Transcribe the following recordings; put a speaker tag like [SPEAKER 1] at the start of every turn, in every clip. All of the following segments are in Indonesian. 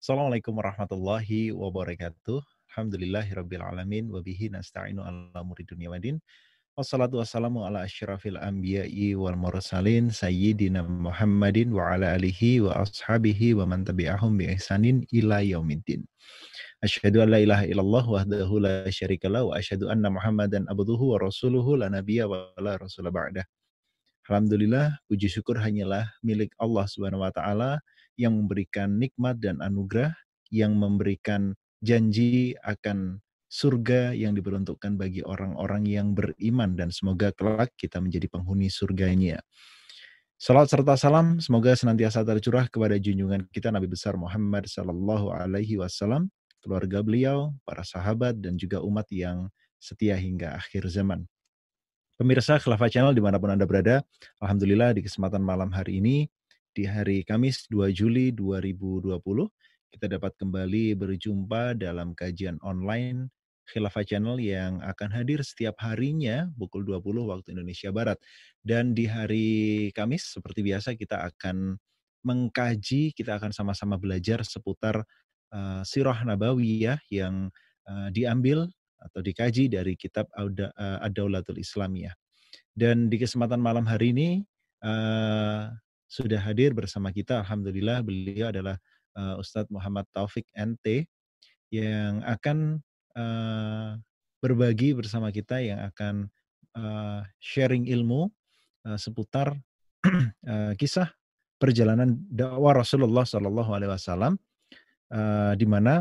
[SPEAKER 1] Assalamualaikum warahmatullahi wabarakatuh. Alhamdulillahirabbil alamin wa bihi nasta'inu ala umuri dunya waddin. Wassalatu wassalamu ala asyrafil anbiya'i wal mursalin sayyidina Muhammadin wa ala alihi wa ashabihi wa man tabi'ahum bi ihsanin ila yaumiddin. Asyhadu an la ilaha illallah wahdahu la syarikalah wa asyhadu anna Muhammadan abduhu wa rasuluhu la nabiyya wa la rasula ba'dah. Alhamdulillah, puji syukur hanyalah milik Allah Subhanahu wa taala yang memberikan nikmat dan anugerah, yang memberikan janji akan surga yang diperuntukkan bagi orang-orang yang beriman dan semoga kelak kita menjadi penghuni surganya. Salat serta salam semoga senantiasa tercurah kepada junjungan kita Nabi besar Muhammad sallallahu alaihi wasallam, keluarga beliau, para sahabat dan juga umat yang setia hingga akhir zaman. Pemirsa Khilafah Channel dimanapun Anda berada, Alhamdulillah di kesempatan malam hari ini, di hari Kamis 2 Juli 2020, kita dapat kembali berjumpa dalam kajian online Khilafah Channel yang akan hadir setiap harinya pukul 20 waktu Indonesia Barat. Dan di hari Kamis, seperti biasa kita akan mengkaji, kita akan sama-sama belajar seputar Sirah Nabawiyah yang diambil atau dikaji dari kitab Ad-Daulatul Islamiyah. Dan di kesempatan malam hari ini sudah hadir bersama kita, alhamdulillah beliau adalah Ustadz Muhammad Taufik NT yang akan berbagi bersama kita, yang akan sharing ilmu seputar kisah perjalanan dakwah Rasulullah Shallallahu Alaihi Wasallam, di mana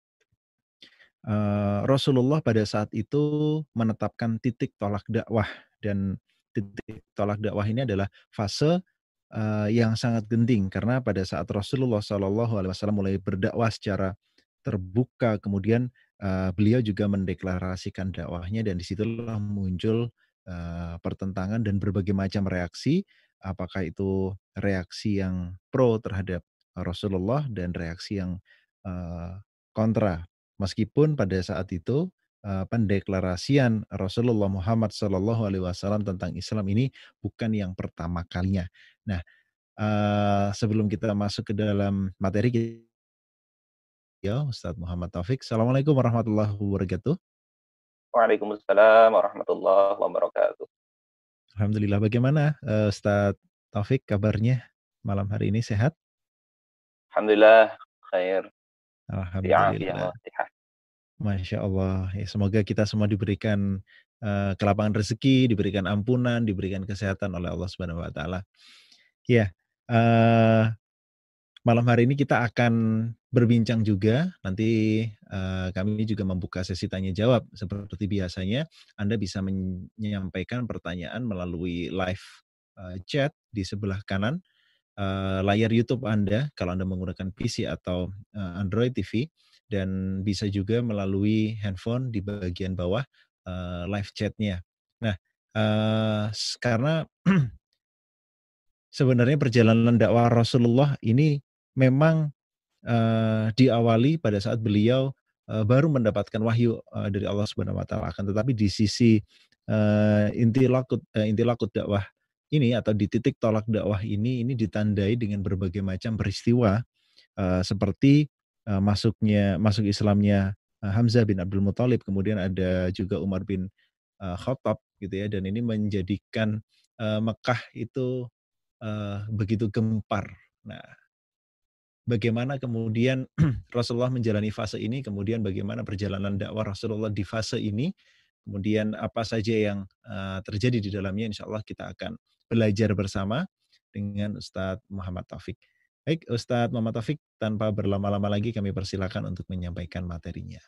[SPEAKER 1] Rasulullah pada saat itu menetapkan titik tolak dakwah, dan titik tolak dakwah ini adalah fase yang sangat genting karena pada saat Rasulullah Shallallahu Alaihi Wasallam mulai berdakwah secara terbuka, kemudian beliau juga mendeklarasikan dakwahnya dan disitulah muncul pertentangan dan berbagai macam reaksi, apakah itu reaksi yang pro terhadap Rasulullah dan reaksi yang kontra. Meskipun pada saat itu pendeklarasian Rasulullah Muhammad Shallallahu Alaihi Wasallam tentang Islam ini bukan yang pertama kalinya. Nah, sebelum kita masuk ke dalam materi ya, Ustadz Muhammad Taufik. Assalamualaikum warahmatullahi wabarakatuh.
[SPEAKER 2] Waalaikumsalam warahmatullahi wabarakatuh.
[SPEAKER 1] Alhamdulillah, bagaimana Ustadz Taufik kabarnya malam hari ini, sehat?
[SPEAKER 2] Alhamdulillah khair, fi afiyah
[SPEAKER 1] Alhamdulillah.
[SPEAKER 2] wa sihah.
[SPEAKER 1] Masya Allah. Ya, semoga kita semua diberikan kelapangan rezeki, diberikan ampunan, diberikan kesehatan oleh Allah Subhanahu wa taala. Ya, eh, malam hari ini kita akan berbincang juga. Nanti kami juga membuka sesi tanya jawab. Seperti biasanya, Anda bisa menyampaikan pertanyaan melalui live chat di sebelah kanan layar YouTube Anda kalau Anda menggunakan PC atau Android TV, dan bisa juga melalui handphone di bagian bawah live chat-nya. Nah, karena sebenarnya perjalanan dakwah Rasulullah ini memang diawali pada saat beliau baru mendapatkan wahyu dari Allah Subhanahu wa taala. Akan tetapi di sisi intilaqut dakwah ini atau di titik tolak dakwah ini ditandai dengan berbagai macam peristiwa seperti masuk Islamnya Hamzah bin Abdul Muthalib, kemudian ada juga Umar bin Khattab gitu ya, dan ini menjadikan Mekah itu begitu gempar. Nah, bagaimana kemudian Rasulullah menjalani fase ini, kemudian bagaimana perjalanan dakwah Rasulullah di fase ini, kemudian apa saja yang terjadi di dalamnya, insya Allah kita akan belajar bersama dengan Ustadz Muhammad Taufik. Baik, Ustadz Muhammad Taufik, tanpa berlama-lama lagi kami persilakan untuk menyampaikan materinya.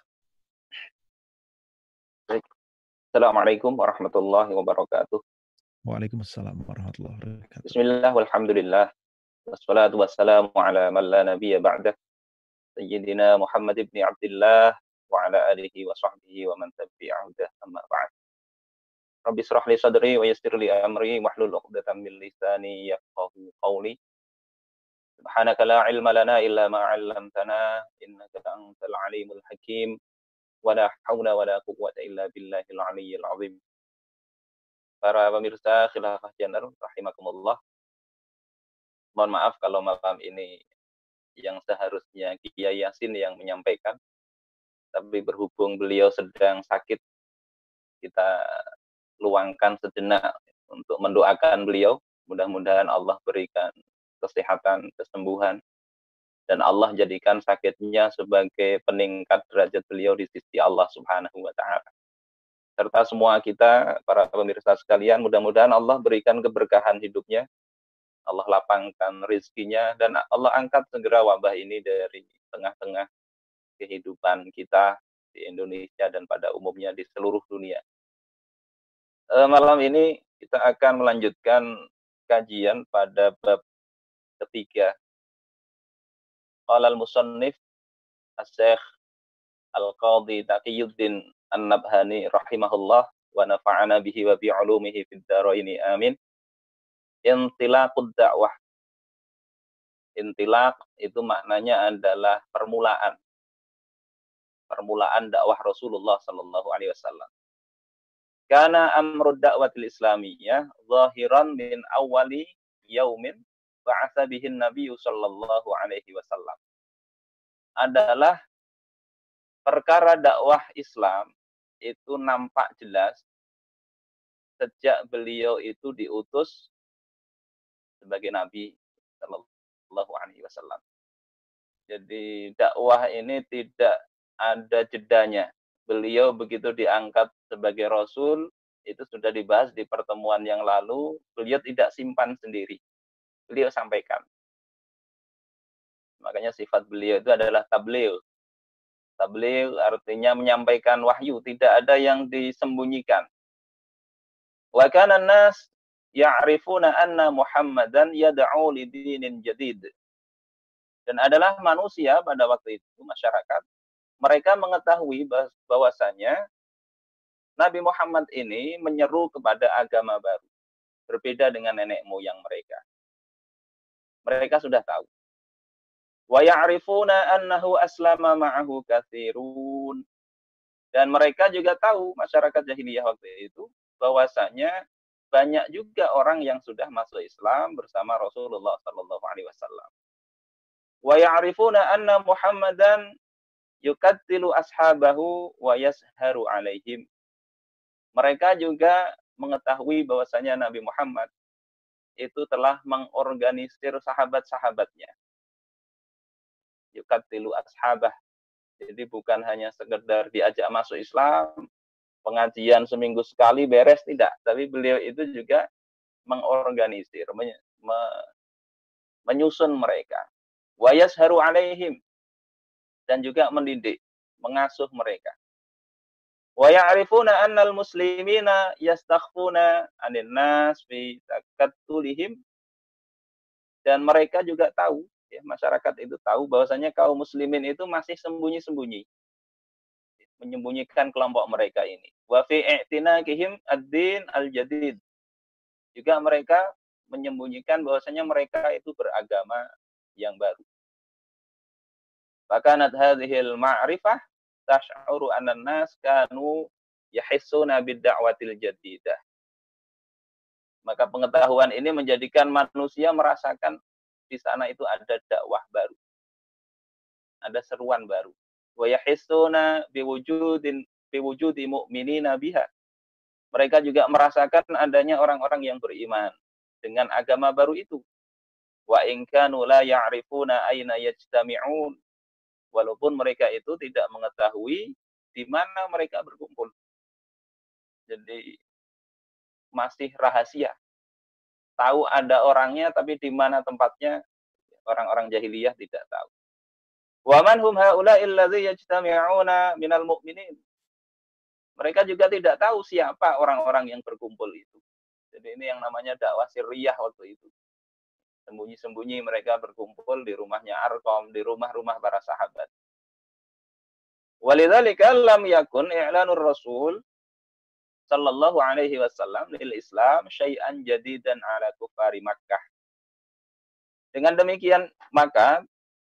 [SPEAKER 2] Baik. Assalamualaikum warahmatullahi wabarakatuh.
[SPEAKER 1] Waalaikumsalam warahmatullahi wabarakatuh.
[SPEAKER 2] Bismillah walhamdulillah. Wassalatu wassalamu ala man la nabiyya ba'dah. Sayyidina Muhammad ibn Abdullah wa ala alihi wa sahbihi wa man tabi'ahu amma ba'd. Rabbi shrah li sadri wa yassir li amri wahlul 'uqdatam min lisani yafqahu qawli. Subhanaka la ilma lana illa ma 'allamtana innaka antal alimul hakim. Wala haula wala quwwata illa billahil aliyyil azim. Para pemirsa Khilafah Channel rahimakumullah. Mohon maaf kalau malam ini yang seharusnya Kiai Yasin yang menyampaikan. Tapi berhubung beliau sedang sakit, kita luangkan sejenak untuk mendoakan beliau. Mudah-mudahan Allah berikan kesehatan, kesembuhan, dan Allah jadikan sakitnya sebagai peningkat derajat beliau di sisi Allah Subhanahu wa Ta'ala. Serta semua kita, para pemirsa sekalian, mudah-mudahan Allah berikan keberkahan hidupnya, Allah lapangkan rezekinya, dan Allah angkat segera wabah ini dari tengah-tengah kehidupan kita di Indonesia dan pada umumnya di seluruh dunia. Malam ini kita akan melanjutkan kajian pada bab ketiga. Qala al-musannif Asy-Syaikh Al-Qadhi Taqiyuddin An-Nabhani rahimahullah wa nafa'ana bihi wa bi 'ulumihi fid dharaini amin. Intilaqud dakwah. Intilaq itu maknanya adalah permulaan. Permulaan dakwah Rasulullah sallallahu alaihi wasallam. Kana amrud da'watil islamiyah zahiran min awwali yaumin ba'atsa bihin nabiyyu sallallahu alaihi wasallam. Adalah perkara dakwah Islam itu nampak jelas sejak beliau itu diutus sebagai nabi sallallahu alaihi wasallam. Jadi dakwah ini tidak ada jedanya. Beliau begitu diangkat sebagai rasul, itu sudah dibahas di pertemuan yang lalu, beliau tidak simpan sendiri. Beliau sampaikan. Makanya sifat beliau itu adalah tabligh. Tabligh artinya menyampaikan wahyu, tidak ada yang disembunyikan. Wa kana an-nas ya'rifuna anna Muhammadan yad'u li dinin jadid. Dan adalah manusia pada waktu itu, masyarakat, mereka mengetahui bahwasanya Nabi Muhammad ini menyeru kepada agama baru, berbeda dengan nenek moyang mereka. Mereka sudah tahu. Wa ya'rifuna annahu aslama ma'ahu katsirun. Dan mereka juga tahu, masyarakat jahiliyah waktu itu, bahwasanya banyak juga orang yang sudah masuk Islam bersama Rasulullah sallallahu alaihi wasallam. Wa ya'rifuna anna Muhammadan yukattilu ashabahu wa yasharu alaihim. Mereka juga mengetahui bahwasanya Nabi Muhammad itu telah mengorganisir sahabat-sahabatnya. Yukattilu ashabah. Jadi bukan hanya sekedar diajak masuk Islam, pengajian seminggu sekali beres, tidak. Tapi beliau itu juga mengorganisir, menyusun mereka. Wa yasharu alaihim. Dan juga mendidik, mengasuh mereka. Wa ya'rifuna annal muslimina yastakhfuna 'anil nas fi takattulihim. Dan mereka juga tahu, ya, masyarakat itu tahu bahwasanya kaum muslimin itu masih sembunyi-sembunyi, menyembunyikan kelompok mereka ini. Wa fi i'tinaqihim ad-din al-jadid. Juga mereka menyembunyikan bahwasanya mereka itu beragama yang baru. Fakanat hadhil ma'rifah tash'uru anna an-nas kanu yahissuna bid-da'watil jadidah. Maka pengetahuan ini menjadikan manusia merasakan di sana itu ada dakwah baru. Ada seruan baru. Wa yahissuna biwujudi mu'minina biha. Mereka juga merasakan adanya orang-orang yang beriman dengan agama baru itu. Wa in kanu la ya'rifuna aina yajtami'un. Walaupun mereka itu tidak mengetahui di mana mereka berkumpul. Jadi masih rahasia. Tahu ada orangnya, tapi di mana tempatnya orang-orang jahiliyah tidak tahu. Wa man hum haula'il ladzi yajtami'una minal mu'minin. Mereka juga tidak tahu siapa orang-orang yang berkumpul itu. Jadi ini yang namanya dakwah sirriyah waktu itu. Sembunyi-sembunyi mereka berkumpul di rumahnya Arqam, di rumah-rumah para sahabat. Walidzalika lam yakun i'lanur Rasul sallallahu alaihi wasallam lil Islam syai'an jadidan ala kufari Makkah. Dengan demikian maka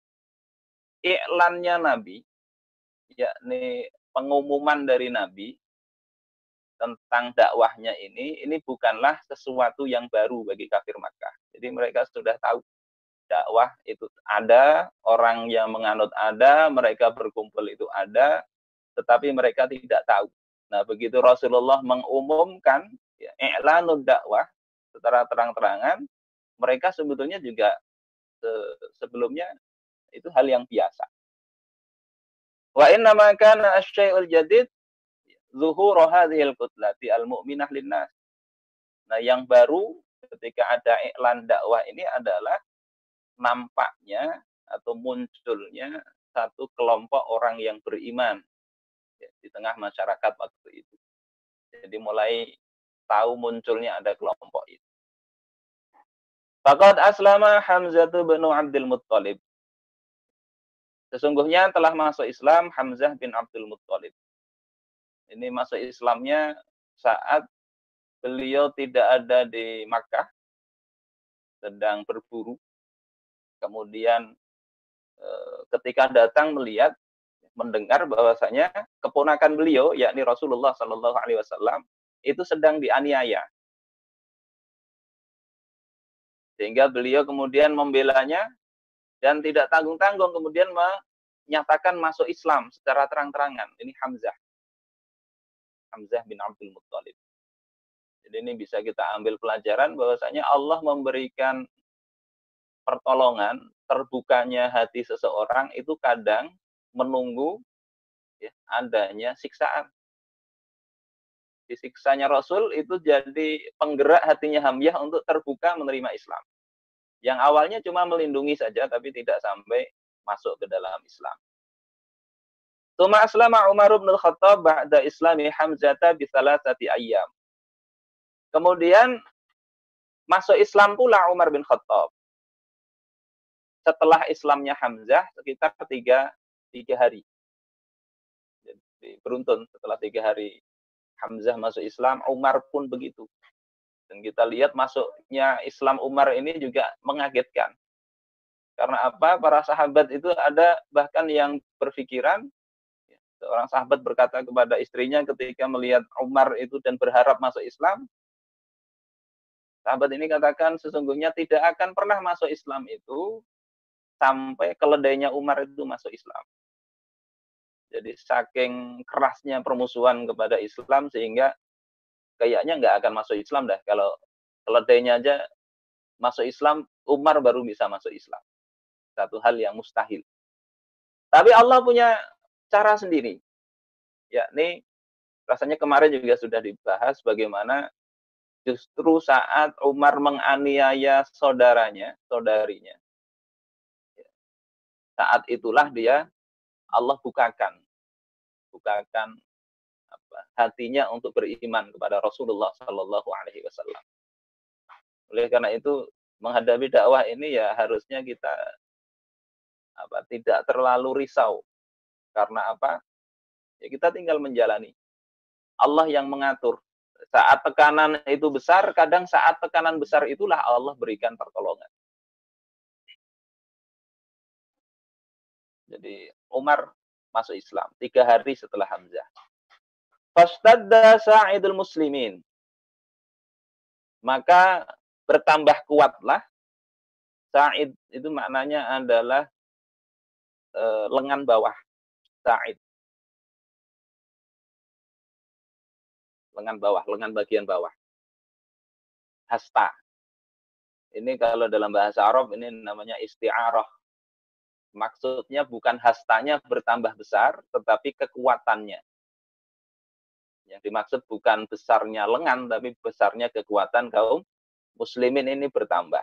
[SPEAKER 2] iklannya Nabi, yakni pengumuman dari Nabi tentang dakwahnya ini bukanlah sesuatu yang baru bagi kafir Makkah. Jadi mereka sudah tahu dakwah itu ada, orang yang menganut ada, mereka berkumpul itu ada, tetapi mereka tidak tahu. Nah, begitu Rasulullah mengumumkan ya, i'lanud dakwah secara terang-terangan, mereka sebetulnya juga sebelumnya itu hal yang biasa. Wa inna ma kana asy-syai'ul jadid zuhuru hadhil kutlati al-mu'minah linnas. Nah, yang baru ketika ada iklan dakwah ini adalah nampaknya atau munculnya satu kelompok orang yang beriman ya, di tengah masyarakat waktu itu. Jadi mulai tahu munculnya ada kelompok itu. Faqad aslama Hamzah bin Abdul Muttalib. Sesungguhnya telah masuk Islam Hamzah bin Abdul Muttalib. Ini masuk Islamnya saat beliau tidak ada di Makkah, sedang berburu. Kemudian ketika datang melihat, mendengar bahwasanya keponakan beliau, yakni Rasulullah Shallallahu Alaihi Wasallam, itu sedang dianiaya. Sehingga beliau kemudian membelanya dan tidak tanggung-tanggung kemudian menyatakan masuk Islam secara terang-terangan. Ini Hamzah bin Abdul Muttalib. Jadi ini bisa kita ambil pelajaran bahwasanya Allah memberikan pertolongan, terbukanya hati seseorang itu kadang menunggu ya, adanya siksaan. Disiksanya Rasul itu jadi penggerak hatinya Hamzah untuk terbuka menerima Islam. Yang awalnya cuma melindungi saja, tapi tidak sampai masuk ke dalam Islam. Tsumma aslama Umar bin Khattab ba'da islami Hamzah bi thalathati ayyam. Kemudian masuk Islam pula Umar bin Khattab. Setelah Islamnya Hamzah sekitar tiga hari. Jadi beruntun setelah 3 hari Hamzah masuk Islam, Umar pun begitu. Dan kita lihat masuknya Islam Umar ini juga mengagetkan. Karena apa? Para sahabat itu ada bahkan yang berpikiran, seorang sahabat berkata kepada istrinya ketika melihat Umar itu dan berharap masuk Islam, sahabat ini katakan sesungguhnya tidak akan pernah masuk Islam itu sampai keledainya Umar itu masuk Islam. Jadi saking kerasnya permusuhan kepada Islam sehingga kayaknya nggak akan masuk Islam dah. Kalau keledainya aja masuk Islam, Umar baru bisa masuk Islam. Satu hal yang mustahil. Tapi Allah punya cara sendiri. Yakni rasanya kemarin juga sudah dibahas bagaimana justru saat Umar menganiaya saudarinya, saat itulah Allah bukakan hatinya untuk beriman kepada Rasulullah Shallallahu Alaihi Wasallam. Oleh karena itu menghadapi dakwah ini ya harusnya kita tidak terlalu risau. Karena apa? Ya kita tinggal menjalani. Allah yang mengatur. Saat tekanan itu besar, kadang saat tekanan besar itulah Allah berikan pertolongan. Jadi Umar masuk Islam 3 hari setelah Hamzah. Fastadda sa'idul muslimin. Maka bertambah kuatlah. Sa'id itu maknanya adalah lengan bawah. Sa'id. Lengan bawah, lengan bagian bawah. Hasta. Ini kalau dalam bahasa Arab ini namanya isti'arah. Maksudnya bukan hastanya bertambah besar, tetapi kekuatannya. Yang dimaksud bukan besarnya lengan, tapi besarnya kekuatan kaum muslimin ini bertambah.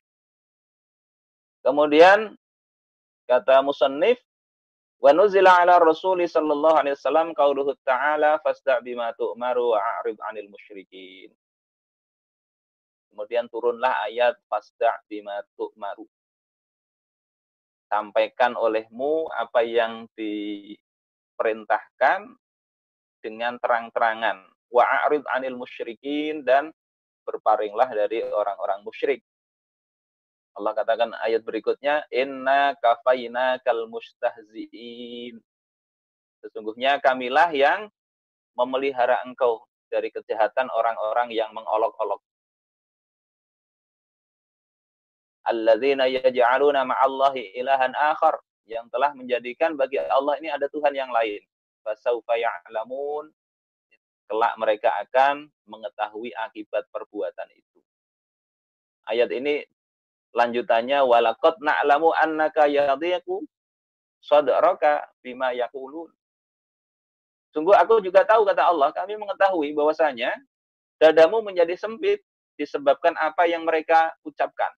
[SPEAKER 2] Kemudian kata musannif, wa nuzila ala Rasul sallallahu alaihi wasallam qauluhu ta'ala fasda' bima tu'maru wa a'rid 'anil musyrikin. Kemudian turunlah ayat fasda' bima tu'maru. Sampaikan olehmu apa yang diperintahkan dengan terang-terangan. Wa a'rid 'anil musyrikin, dan berpalinglah dari orang-orang musyrik. Allah katakan ayat berikutnya, inna kafaina kal mustahzi'in. Sesungguhnya kamilah yang memelihara engkau dari kejahatan orang-orang yang mengolok-olok. alladzina yaj'aluna ma'allahi ilahan akhar, yang telah menjadikan bagi Allah ini ada Tuhan yang lain. Fasaufa ya'lamun, kelak mereka akan mengetahui akibat perbuatan itu. Ayat ini lanjutannya, walaqad na'lamu annaka yadhiqu sadraka bima yaqulun. Sungguh aku juga tahu, kata Allah, kami mengetahui bahwasanya dadamu menjadi sempit disebabkan apa yang mereka ucapkan.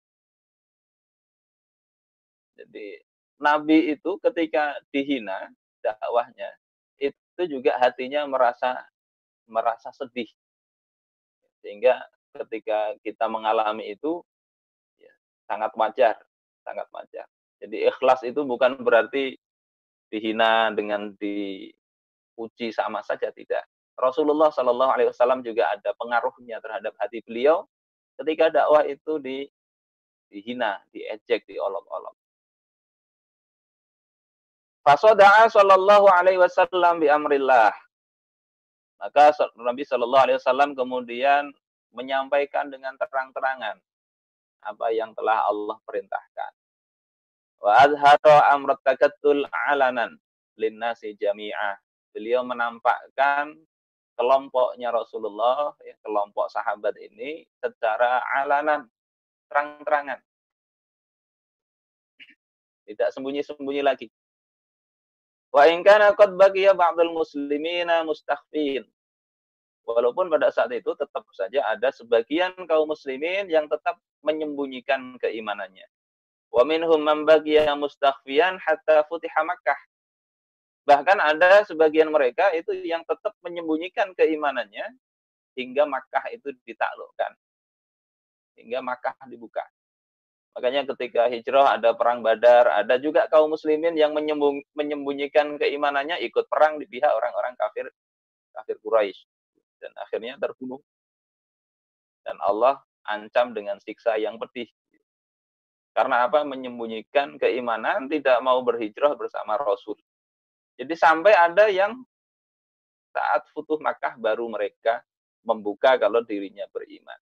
[SPEAKER 2] Jadi Nabi itu ketika dihina dakwahnya, itu juga hatinya merasa sedih. Sehingga ketika kita mengalami itu, ya, sangat wajar, sangat wajar. Jadi ikhlas itu bukan berarti dihina dengan dipuji sama saja, tidak. Rasulullah Shallallahu Alaihi Wasallam juga ada pengaruhnya terhadap hati beliau ketika dakwah itu dihina, diejek, diolok-olok. Fasoda'a Shallallahu Alaihi Wasallam bi amrillah. Maka Nabi Shallallahu Alaihi Wasallam kemudian menyampaikan dengan terang-terangan apa yang telah Allah perintahkan. Wa azhara amrat takattul alanan linnasi jami'ah. Beliau menampakkan kelompoknya Rasulullah, ya, kelompok sahabat ini secara alanan, terang-terangan. Tidak sembunyi-sembunyi lagi. Wa in kana qad baqiya ba'dul muslimina mustakhfin. Walaupun pada saat itu tetap saja ada sebagian kaum muslimin yang tetap menyembunyikan keimanannya. Wa minhum man baqiya mustakhfiyan hatta futiha Makkah. Bahkan ada sebagian mereka itu yang tetap menyembunyikan keimanannya hingga Makkah itu ditaklukkan. Hingga Makkah dibuka. Makanya ketika hijrah ada perang Badar, ada juga kaum muslimin yang menyembunyikan keimanannya ikut perang di pihak orang-orang kafir Quraisy dan akhirnya terbunuh. Dan Allah ancam dengan siksa yang pedih. Karena apa? Menyembunyikan keimanan, tidak mau berhijrah bersama Rasul. Jadi sampai ada yang saat Futuh Makkah baru mereka membuka kalau dirinya beriman.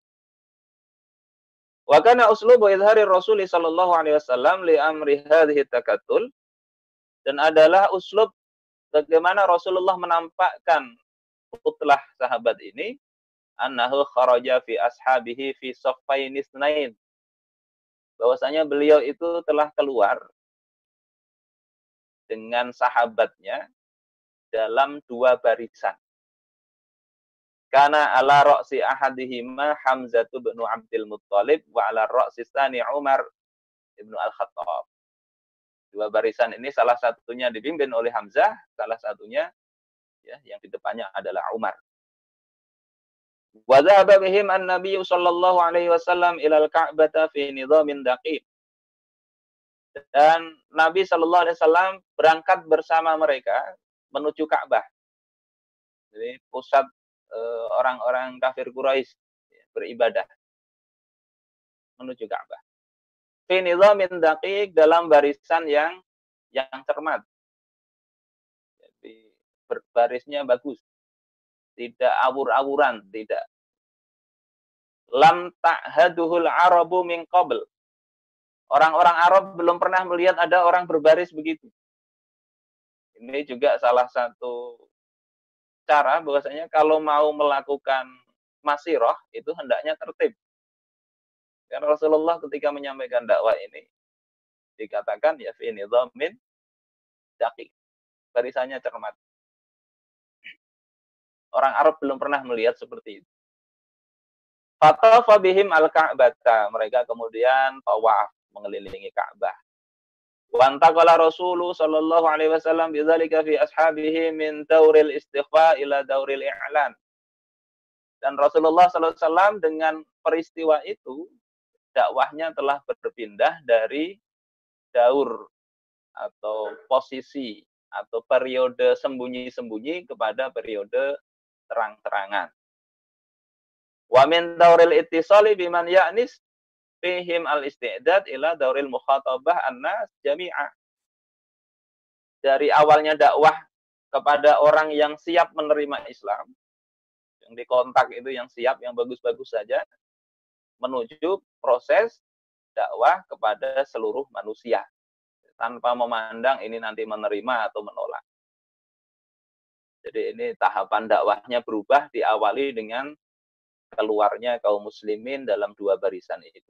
[SPEAKER 2] Wa kana uslubu izhari Rasul sallallahu alaihi wasallam li amri hadhihi takattul, dan adalah uslub bagaimana Rasulullah menampakkan putlah sahabat ini, annahu kharaja fi ashabihi fi saffain itsnain, bahwasanya beliau itu telah keluar dengan sahabatnya dalam dua barisan. Kana ala ra'si ahadihima Hamzah bin Abdul Muttalib wa ala ra'si tsani Umar ibn Al-Khattab. Dua barisan ini salah satunya dipimpin oleh Hamzah, salah satunya ya yang di depannya adalah Umar. Wa dhahaba bihim an-nabiy sallallahu alaihi wasallam ila al-Ka'bah fi nidhamin daqiq. Dan Nabi sallallahu alaihi wasallam berangkat bersama mereka menuju Ka'bah. Jadi pusat orang-orang kafir Quraisy beribadah menuju Ka'bah. Fi nidhamin daqiq, dalam barisan yang cermat. Jadi barisnya bagus. Tidak awur-awuran, tidak. Lam ta'haduhul arabu min qabl. Orang-orang Arab belum pernah melihat ada orang berbaris begitu. Ini juga salah satu cara bahwasanya kalau mau melakukan masirah itu hendaknya tertib. Karena Rasulullah ketika menyampaikan dakwah ini dikatakan ya fi nidhamin daqiq, barisannya cermat. Orang Arab belum pernah melihat seperti itu. Fatafa bihim al-Ka'bata, mereka kemudian tawaf mengelilingi Ka'bah. Wa antaqala Rasulullah sallallahu alaihi wasallam bidzalika fi ashabihi min dauril istighfa ila dauril i'lan. Dan Rasulullah sallallahu alaihi wasallam dengan peristiwa itu dakwahnya telah berpindah dari daur atau posisi atau periode sembunyi-sembunyi kepada periode terang-terangan. Wa min dauril ittisali biman ya'nis fihim al-isti'dad ila dauril mukhatabah an-nas jami'ah. Dari awalnya dakwah kepada orang yang siap menerima Islam, yang dikontak itu yang siap, yang bagus-bagus saja, menuju proses dakwah kepada seluruh manusia tanpa memandang ini nanti menerima atau menolak. Jadi ini tahapan dakwahnya berubah, diawali dengan keluarnya kaum muslimin dalam dua barisan itu.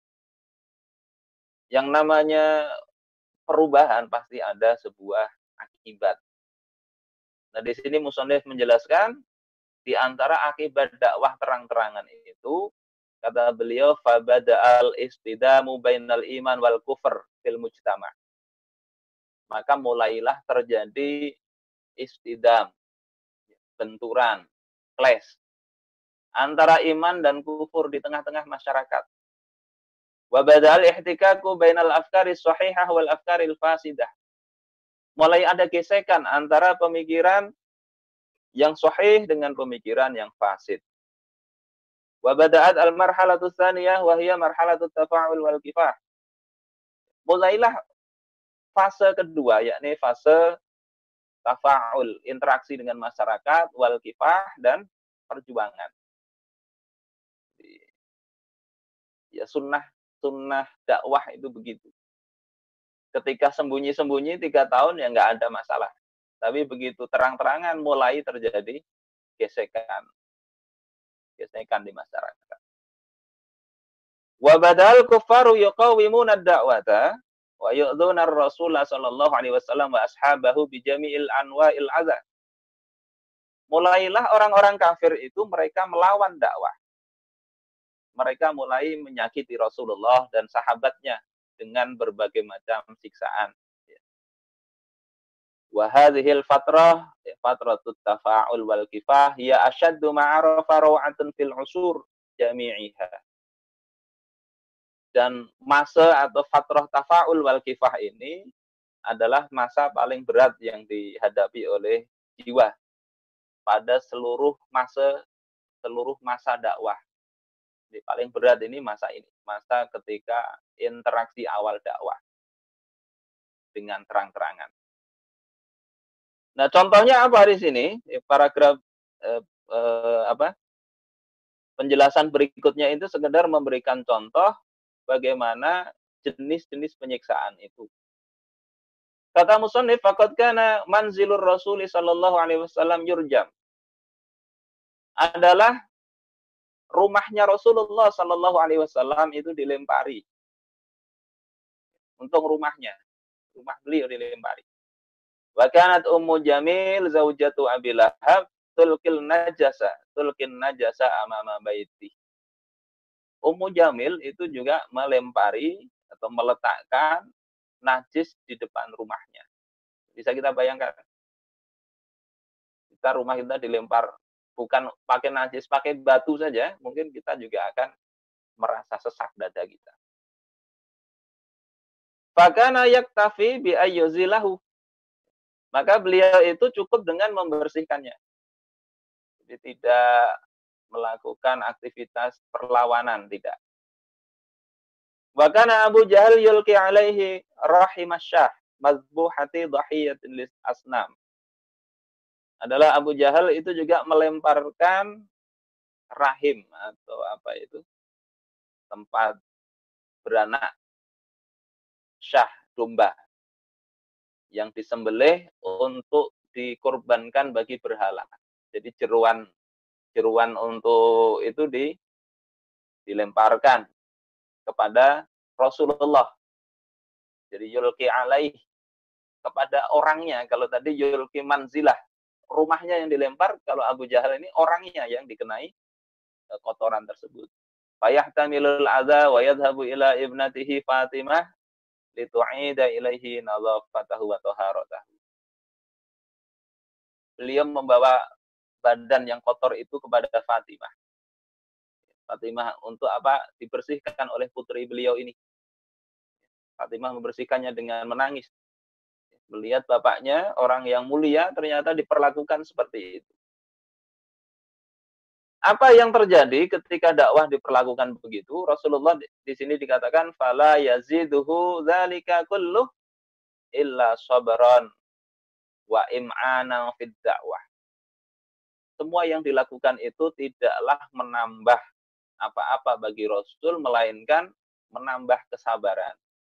[SPEAKER 2] Yang namanya perubahan pasti ada sebuah akibat. Nah, di sini musannif menjelaskan di antara akibat dakwah terang-terangan itu, kata beliau, fabada'al istidamu bainal iman wal kufr fil mujtama. Maka mulailah terjadi istidam, benturan, clash antara iman dan kufur di tengah-tengah masyarakat. Wa badal ihtikaku bainal afkari shahihah wal afkaril fasidah. Mulai ada gesekan antara pemikiran yang sahih dengan pemikiran yang fasid. Wa bada'at al-marhalatu tsaniyah wa hiya marhalatu tafa'ul wal kifah. Mulailah fase kedua, yakni fase tafa'ul, interaksi dengan masyarakat, wal kifah, dan perjuangan. Ya sunnah dakwah itu begitu. Ketika sembunyi-sembunyi 3 tahun ya nggak ada masalah. Tapi begitu terang-terangan mulai terjadi gesekan di masyarakat. Wa badal kuffaru yuqawimuna ad-da'wata wa yu'dhuna ar-rasul sallallahu alaihi wasallam wa ashabahu bi jami'il anwa'il adza. Mulailah orang-orang kafir itu mereka melawan dakwah. Mereka mulai menyakiti Rasulullah dan sahabatnya dengan berbagai macam siksaan. Wa hadhil fatrah, fatratut tafa'ul wal kifah, hiya ashaddu ma'arafa raw'atun fil usur jami'iha. Dan masa atau fatrah tafa'ul wal kifah ini adalah masa paling berat yang dihadapi oleh jiwa pada seluruh masa dakwah. Jadi paling berat ini, masa ketika interaksi awal dakwah dengan terang-terangan. Nah, contohnya apa di sini? Paragraf penjelasan berikutnya itu sekedar memberikan contoh bagaimana jenis-jenis penyiksaan itu. Kata musannif, faqad kana manzilur Rasul sallallahu alaihi wasallam yurjam. Adalah rumahnya Rasulullah sallallahu alaihi wasallam itu dilempari. Untung rumah beliau dilempari. Wa kanat Ummu Jamil zaujatu Abi Lahab tulkin najasa amama baiti. Ummu Jamil itu juga melempari atau meletakkan najis di depan rumahnya. Bisa kita bayangkan. Rumah kita dilempar bukan pakai najis, pakai batu saja, mungkin kita juga akan merasa sesak dada kita. Fakana yaktafi bi ayyuzilahu. Maka beliau itu cukup dengan membersihkannya. Jadi tidak melakukan aktivitas perlawanan, tidak. Wa kana Abu Jahal yulqi alaihi rahimasyah mazbuhati dhahiyatin lis asnam. Adalah Abu Jahal itu juga melemparkan rahim atau apa itu, tempat beranak syah, domba yang disembelih untuk dikorbankan bagi berhala. Jadi jeruan untuk itu dilemparkan kepada Rasulullah. Jadi yulqi alaih, kepada orangnya. Kalau tadi yulqi manzilah, rumahnya yang dilempar. Kalau Abu Jahal ini orangnya yang dikenai kotoran tersebut. Fayahtamilul adza wa yadhhabu ila ibnatihi Fatimah litu'ida ilaihi nadhafatahu wa taharatahu. Beliau membawa badan yang kotor itu kepada Fatimah. Fatimah untuk apa? Dibersihkan oleh putri beliau ini. Fatimah membersihkannya dengan menangis. Melihat bapaknya, orang yang mulia, ternyata diperlakukan seperti itu. Apa yang terjadi ketika dakwah diperlakukan begitu? Rasulullah di sini dikatakan fala yaziduhu dzalika kulluh illa sabran wa im'ana fid dakwah. Semua yang dilakukan itu tidaklah menambah apa-apa bagi Rasul, melainkan menambah kesabaran.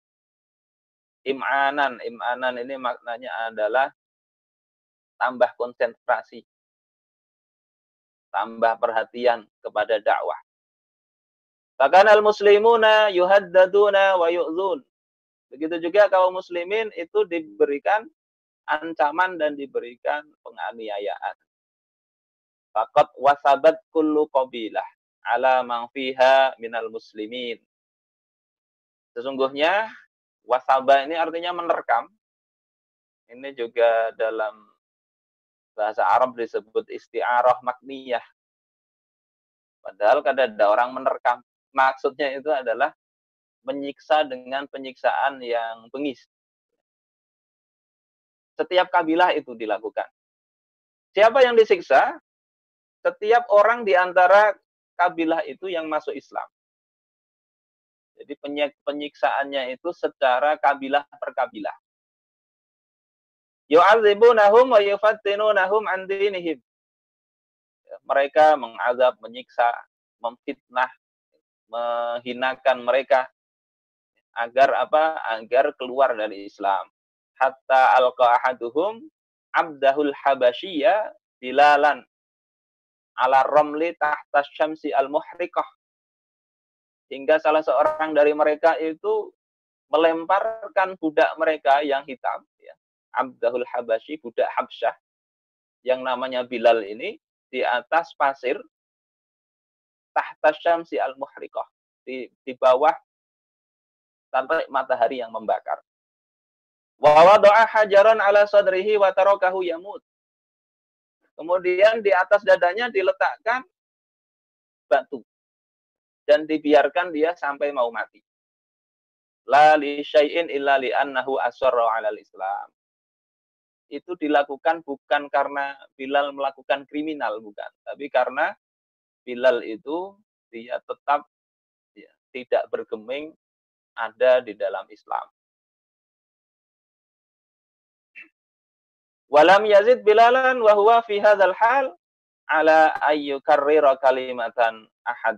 [SPEAKER 2] Im'anan ini maknanya adalah tambah konsentrasi, tambah perhatian kepada dakwah. Bahkan al-muslimuna yuhaddaduna wa yu'zun. Begitu juga kaum muslimin itu diberikan ancaman dan diberikan penganiayaan. Faqad wasabat kullu qabilah ala man fiha minal muslimin. Sesungguhnya wasaba ini artinya menerkam. Ini juga dalam bahasa Arab disebut isti'arah makniyah. Padahal kadang ada orang menerkam. Maksudnya itu adalah menyiksa dengan penyiksaan yang bengis. Setiap kabilah itu dilakukan. Siapa yang disiksa? Setiap orang di antara kabilah itu yang masuk Islam. Jadi penyiksaannya itu secara kabilah per kabilah. Yu'adzibunahum wa yufattinunahum an dinihim. Mereka mengazab, menyiksa, memfitnah, menghinakan mereka agar apa? Agar keluar dari Islam. Hatta alqa ahaduhum abdahul habasyiyya dilalan ala ramli tahta syamsi al-muhriqah. Hingga salah seorang dari mereka itu melemparkan budak mereka yang hitam, ya, Abdahul Habasyi, budak Habsyah, yang namanya Bilal ini, di atas pasir tahta syamsi al-muhriqah, di bawah sampai matahari yang membakar. Wa wada'a hajaran ala sadrihi wa tarakahu yamut. Kemudian di atas dadanya diletakkan batu dan dibiarkan dia sampai mau mati. La li syai'in illa li annahu asarra 'alal Islam. Itu dilakukan bukan karena Bilal melakukan kriminal, bukan, tapi karena Bilal itu dia tetap ya, tidak bergeming ada di dalam Islam. Walam yazid Bilalan wa huwa fi hadzal hal ala ayyukarrira kalimatan ahad.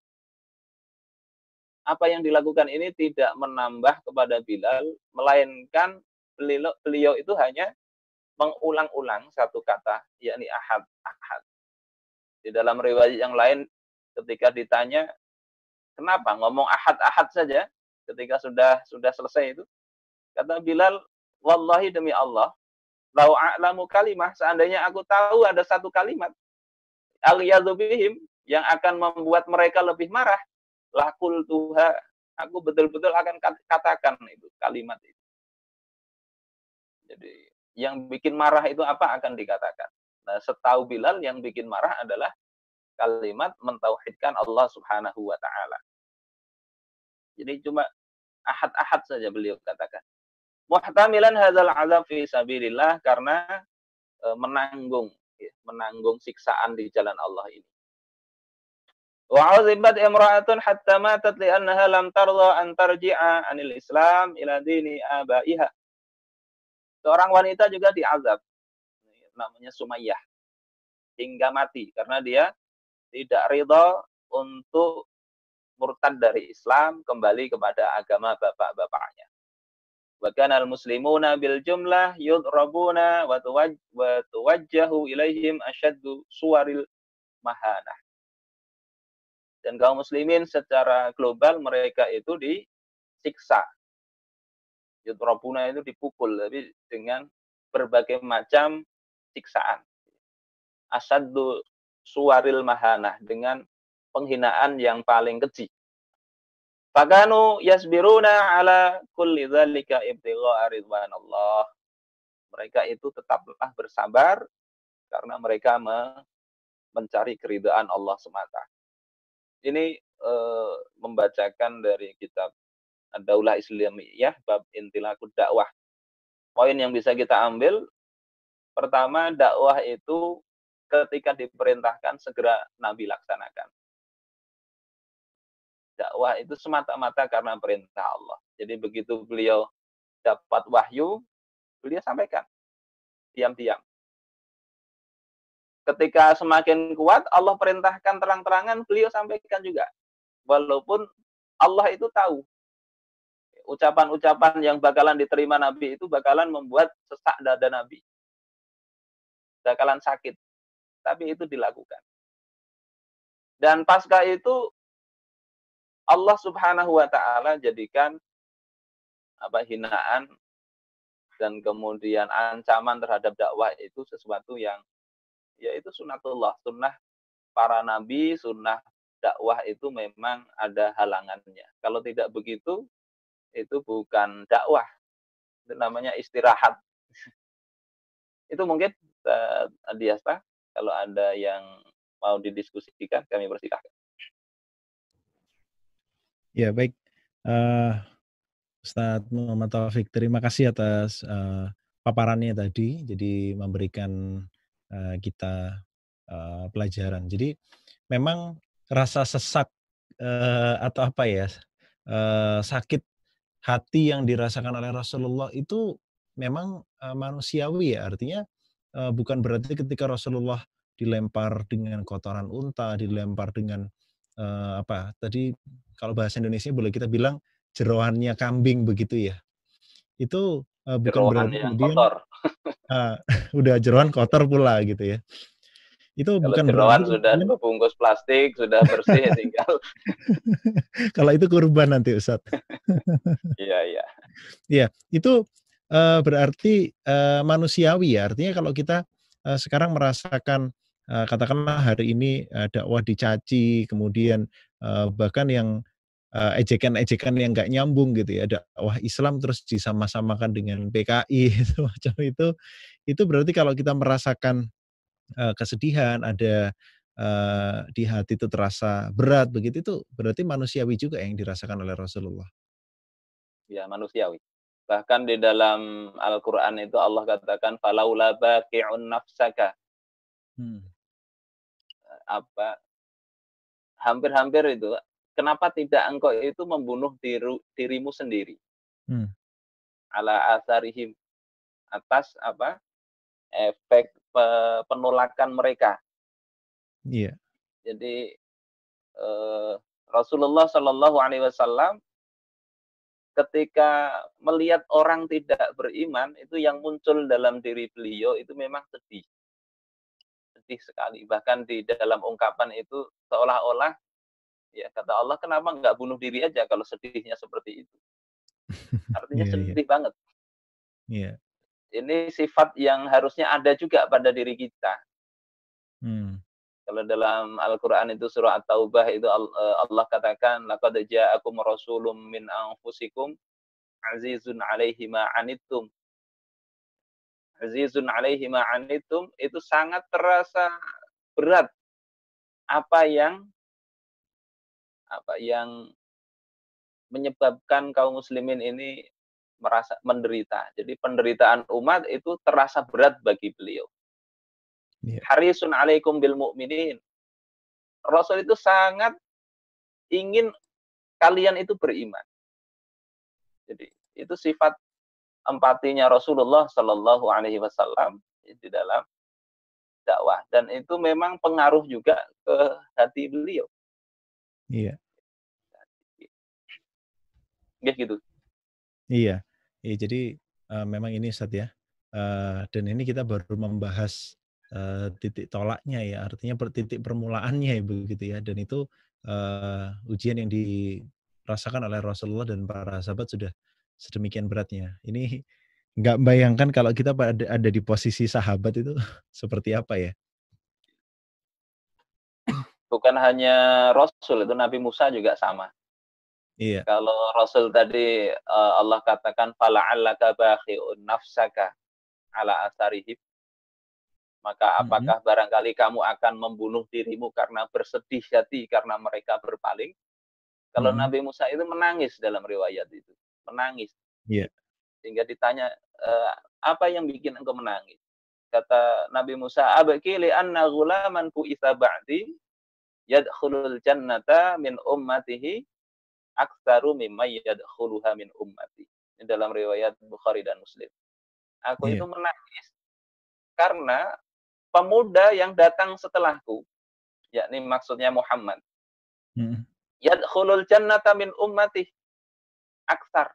[SPEAKER 2] Apa yang dilakukan ini tidak menambah kepada Bilal, melainkan beliau itu hanya mengulang-ulang satu kata, yakni ahad. Di dalam riwayat yang lain ketika ditanya, kenapa ngomong ahad saja ketika sudah selesai itu? Kata Bilal, wallahi demi Allah, lau a'lamu kalimah, seandainya aku tahu ada satu kalimat al-yadhu bihim yang akan membuat mereka lebih marah, lakul tuha, aku betul-betul akan katakan itu kalimat itu. Jadi yang bikin marah itu apa akan dikatakan. Nah, setahu Bilal yang bikin marah adalah kalimat mentauhidkan Allah Subhanahu wa taala. Jadi cuma ahad saja beliau katakan. Muhtamilan hadzal azab fi sabilillah, karena menanggung siksaan di jalan Allah ini. Wa 'uzibat imra'atun hatta matat li'annaha lam tarda an tarji'a 'anil Islam ila dini abaiha. Seorang wanita juga diazab, namanya Sumayyah, hingga mati karena dia tidak ridha untuk murtad dari Islam, kembali kepada agama bapak-bapaknya. Wa kana al-muslimuna bil jumlah yudrabuna wa tuwajjahu ilaihim asyaddu suwaril mahanah. Dan kaum muslimin secara global mereka itu disiksa. Yudrabuna itu dipukul, tapi dengan berbagai macam siksaan. Asyaddu suwaril mahanah, dengan penghinaan yang paling keji. Fakanu yasbiruna ala kulli dzalika ibtigha'a ridwanallah. Mereka itu tetaplah bersabar karena mereka mencari keridhaan Allah semata. Ini membacakan dari kitab Ad-Daulah Islamiyah bab intilaqud dakwah. Poin yang bisa kita ambil, pertama, dakwah itu ketika diperintahkan segera Nabi laksanakan. Dakwah itu semata-mata karena perintah Allah. Jadi begitu beliau dapat wahyu, beliau sampaikan diam-diam. Ketika semakin kuat, Allah perintahkan terang-terangan, beliau sampaikan juga. Walaupun Allah itu tahu ucapan-ucapan yang bakalan diterima Nabi itu bakalan membuat sesak dada Nabi, bakalan sakit, tapi itu dilakukan. Dan pasca itu Allah Subhanahu wa taala jadikan hinaan dan kemudian ancaman terhadap dakwah itu sesuatu yang yaitu sunatullah, sunnah para nabi, sunnah dakwah itu memang ada halangannya. Kalau tidak begitu, itu bukan dakwah, itu namanya istirahat. Itu mungkin Diasta, kalau ada yang mau didiskusikan, kami persilahkan.
[SPEAKER 1] Ya, baik. Ustadz Muhammad Taufik, terima kasih atas paparannya tadi. Jadi memberikan kita pelajaran. Jadi memang rasa sesak atau apa ya, sakit hati yang dirasakan oleh Rasulullah itu memang manusiawi ya. Artinya bukan berarti ketika Rasulullah dilempar dengan kotoran unta, dilempar dengan apa tadi, kalau bahasa Indonesia boleh kita bilang jeroannya kambing begitu ya. Itu bukan
[SPEAKER 2] Jeroan
[SPEAKER 1] berarti
[SPEAKER 2] yang
[SPEAKER 1] kemudian
[SPEAKER 2] kotor.
[SPEAKER 1] udah jeroan kotor pula gitu ya. Itu
[SPEAKER 2] Kalau
[SPEAKER 1] bukan berarti
[SPEAKER 2] jeroan sudah
[SPEAKER 1] kemudian
[SPEAKER 2] dibungkus plastik, sudah bersih, tinggal.
[SPEAKER 1] kalau itu kurban nanti Ustadz.
[SPEAKER 2] Iya, iya.
[SPEAKER 1] Iya, itu berarti manusiawi ya. Artinya kalau kita sekarang merasakan katakanlah hari ini dakwah dicaci, kemudian bahkan yang ejekan-ejekan yang nggak nyambung gitu ya, dakwah Islam terus disama-samakan dengan PKI semacam itu berarti kalau kita merasakan kesedihan, ada di hati itu terasa berat begitu, itu berarti manusiawi juga yang dirasakan oleh Rasulullah.
[SPEAKER 2] Ya, manusiawi. Bahkan di dalam Al-Qur'an itu Allah katakan falaula baqi'un nafsaka,
[SPEAKER 1] Hmm.
[SPEAKER 2] hampir-hampir itu, kenapa tidak engkau itu membunuh dirimu sendiri?
[SPEAKER 1] Hmm.
[SPEAKER 2] Ala asarihim, atas efek penolakan mereka.
[SPEAKER 1] Iya.
[SPEAKER 2] Jadi Rasulullah Shallallahu Alaihi Wasallam ketika melihat orang tidak beriman, itu yang muncul dalam diri beliau itu memang sedih. Sedih sekali. Bahkan di dalam ungkapan itu seolah-olah, ya kata Allah, kenapa nggak bunuh diri aja kalau sedihnya seperti itu. Artinya
[SPEAKER 1] Iya, iya.
[SPEAKER 2] sedih banget.
[SPEAKER 1] Iya.
[SPEAKER 2] Ini sifat yang harusnya ada juga pada diri kita.
[SPEAKER 1] Hmm.
[SPEAKER 2] Kalau dalam Al-Quran itu surah At-Taubah itu Allah katakan, laqad ja'akum rasulun min anfusikum azizun alaihi ma anittum. Azizun alaihi ma anittum itu sangat terasa berat apa yang menyebabkan kaum muslimin ini merasa menderita. Jadi penderitaan umat itu terasa berat bagi beliau.
[SPEAKER 1] Iya.
[SPEAKER 2] Harisun alaikum bil mu'minin. Rasul itu sangat ingin kalian itu beriman. Jadi itu sifat empatinya Rasulullah Shallallahu Alaihi Wasallam di dalam dakwah, dan itu memang pengaruh juga ke hati beliau.
[SPEAKER 1] Iya.
[SPEAKER 2] Ya gitu.
[SPEAKER 1] Iya. Iya, jadi memang ini Ustadz ya. Dan ini kita baru membahas titik tolaknya ya, artinya titik permulaannya ya begitu ya. Dan itu ujian yang dirasakan oleh Rasulullah dan para sahabat sudah sedemikian beratnya. Ini nggak bayangkan kalau kita ada di posisi sahabat itu seperti apa ya.
[SPEAKER 2] Bukan hanya Rasul, itu Nabi Musa juga sama.
[SPEAKER 1] Iya.
[SPEAKER 2] Kalau Rasul tadi Allah katakan fala'allaka bakhi'un nafsaka ala asarihim, maka apakah barangkali kamu akan membunuh dirimu karena bersedih hati karena mereka berpaling? Kalau Nabi Musa itu menangis dalam riwayat itu, menangis.
[SPEAKER 1] Iya.
[SPEAKER 2] Sehingga ditanya, apa yang bikin engkau menangis? Kata Nabi Musa, abaki li'anna ghulaman bu'itha ba'di yadkhulul jannata min ummatihi aktsaru mimma yadkhuluha min ummati. Ini dalam riwayat Bukhari dan Muslim. Aku itu
[SPEAKER 1] Iya.
[SPEAKER 2] menangis karena pemuda yang datang setelahku, yakni maksudnya Muhammad. yadkhulul jannata min ummati aktsar.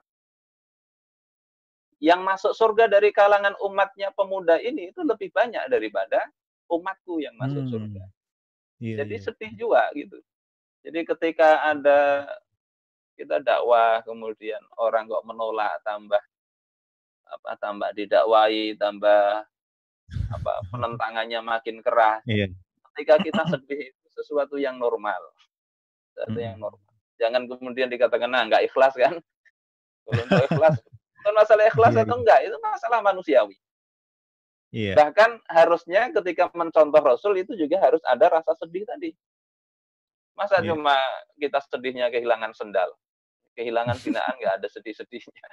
[SPEAKER 2] Yang masuk surga dari kalangan umatnya pemuda ini itu lebih banyak daripada umatku yang masuk surga.
[SPEAKER 1] Iya,
[SPEAKER 2] Jadi
[SPEAKER 1] iya.
[SPEAKER 2] sedih juga gitu. Jadi ketika ada kita dakwah kemudian orang kok menolak, tambah didakwai, tambah penentangannya makin keras.
[SPEAKER 1] Iya.
[SPEAKER 2] Ketika kita sedih itu sesuatu yang normal, sesuatu yang
[SPEAKER 1] Mhm.
[SPEAKER 2] normal. Jangan kemudian dikatakan, nah nggak ikhlas kan? Kalau untuk ikhlas, bukan masalah ikhlas
[SPEAKER 1] Iya,
[SPEAKER 2] atau
[SPEAKER 1] iya.
[SPEAKER 2] enggak, itu masalah manusiawi.
[SPEAKER 1] Iya,
[SPEAKER 2] Bahkan harusnya ketika mencontoh Rasul itu juga harus ada rasa sedih tadi. Masa
[SPEAKER 1] iya.
[SPEAKER 2] cuma kita sedihnya kehilangan sendal, kehilangan binaan nggak ada sedih-sedihnya.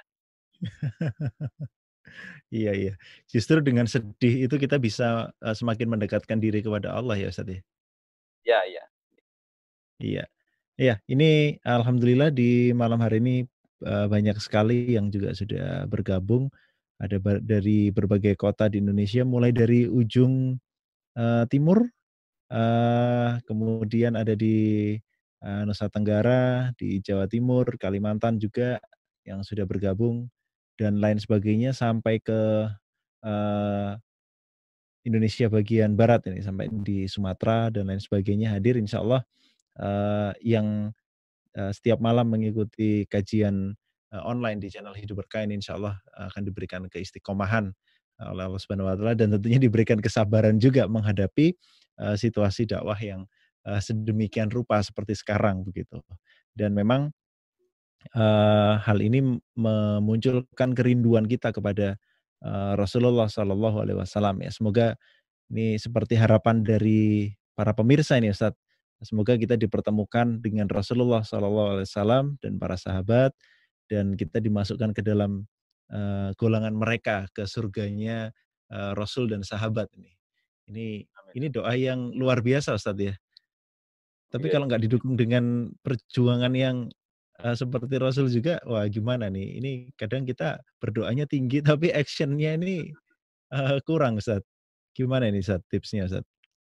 [SPEAKER 1] Iya, iya. Justru dengan sedih itu kita bisa, semakin mendekatkan diri kepada Allah ya Ustaz ya?
[SPEAKER 2] Ya, ya.
[SPEAKER 1] Iya. Iya, ini alhamdulillah di malam hari ini, banyak sekali yang juga sudah bergabung, ada dari berbagai kota di Indonesia, mulai dari ujung, timur, kemudian ada di, Nusa Tenggara, di Jawa Timur, Kalimantan juga yang sudah bergabung, dan lain sebagainya sampai ke, eee, Indonesia bagian barat ini, sampai di Sumatera dan lain sebagainya hadir insyaallah, yang setiap malam mengikuti kajian, online di channel Hidup Berkah ini insyaallah, akan diberikan keistiqomahan, oleh Allah Subhanahu wa taala dan tentunya diberikan kesabaran juga menghadapi, situasi dakwah yang, sedemikian rupa seperti sekarang begitu. Dan memang, hal ini memunculkan kerinduan kita kepada, Rasulullah Shallallahu alaihi wasallam ya. Semoga ini seperti harapan dari para pemirsa ini Ustaz. Semoga kita dipertemukan dengan Rasulullah SAW dan para sahabat dan kita dimasukkan ke dalam, golongan mereka ke surganya, Rasul dan sahabat ini. Ini
[SPEAKER 2] Amin.
[SPEAKER 1] ini doa yang luar biasa Ustaz ya. Tapi
[SPEAKER 2] Iya,
[SPEAKER 1] kalau
[SPEAKER 2] iya.
[SPEAKER 1] nggak didukung dengan perjuangan yang, seperti Rasul juga, wah gimana nih? Ini kadang kita berdoanya tinggi tapi action-nya ini, kurang Ustaz. Gimana ini Ustaz tipsnya Ustaz?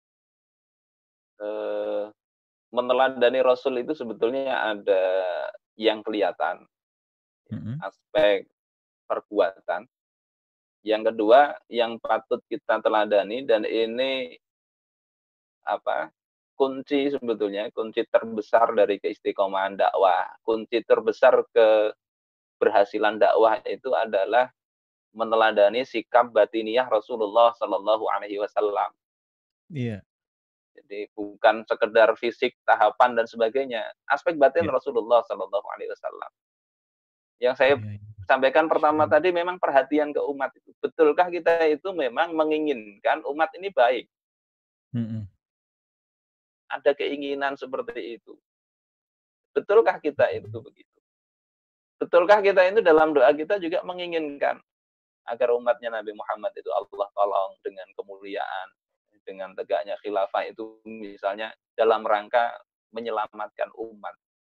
[SPEAKER 2] Eee, Meneladani Rasul itu sebetulnya ada yang kelihatan,
[SPEAKER 1] Mhm.
[SPEAKER 2] aspek perbuatan. Yang kedua, yang patut kita teladani dan ini apa, kunci sebetulnya, kunci terbesar dari keistiqomahan dakwah, kunci terbesar keberhasilan dakwah itu adalah meneladani sikap batiniyah Rasulullah Shallallahu Alaihi Wasallam.
[SPEAKER 1] Iya,
[SPEAKER 2] Jadi bukan sekedar fisik, tahapan dan sebagainya. Aspek batin
[SPEAKER 1] iya,
[SPEAKER 2] Rasulullah Shallallahu Alaihi Wasallam. Yang saya
[SPEAKER 1] iya, iya.
[SPEAKER 2] sampaikan pertama
[SPEAKER 1] Mmm,
[SPEAKER 2] tadi memang perhatian ke umat itu. Betulkah kita itu memang menginginkan umat ini baik?
[SPEAKER 1] mhm,
[SPEAKER 2] Ada keinginan seperti itu. Betulkah kita itu
[SPEAKER 1] mhm.
[SPEAKER 2] begitu? Betulkah kita itu dalam doa kita juga menginginkan agar umatnya Nabi Muhammad itu Allah tolong dengan kemuliaan, dengan tegaknya khilafah itu misalnya dalam rangka menyelamatkan umat.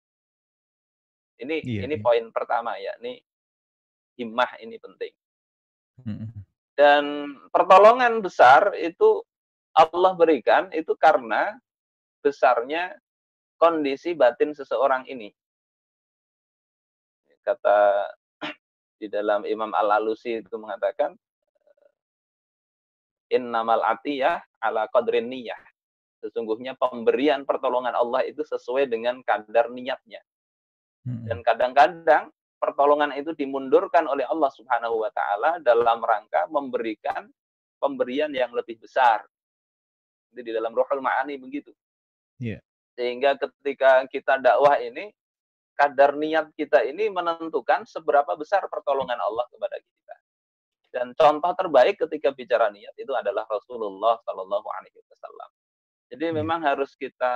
[SPEAKER 2] Ini
[SPEAKER 1] Iya,
[SPEAKER 2] ini
[SPEAKER 1] iya,
[SPEAKER 2] poin pertama ya, ini himmah ini penting.
[SPEAKER 1] mhm,
[SPEAKER 2] Dan pertolongan besar itu Allah berikan itu karena besarnya kondisi batin seseorang ini. Kata di dalam Imam Al-Alusi itu mengatakan, "Innamal atiyah ala qadrin niyah." Sesungguhnya pemberian pertolongan Allah itu sesuai dengan kadar niatnya.
[SPEAKER 1] mhm.
[SPEAKER 2] Dan kadang-kadang pertolongan itu dimundurkan oleh Allah Subhanahu wa taala dalam rangka memberikan pemberian yang lebih besar. Itu di dalam Ruhul Ma'ani begitu.
[SPEAKER 1] Iya,
[SPEAKER 2] Sehingga ketika kita dakwah ini, kadar niat kita ini menentukan seberapa besar pertolongan Allah kepada kita. Dan contoh terbaik ketika bicara niat itu adalah Rasulullah Shallallahu Alaihi Wasallam. Jadi
[SPEAKER 1] iya,
[SPEAKER 2] memang harus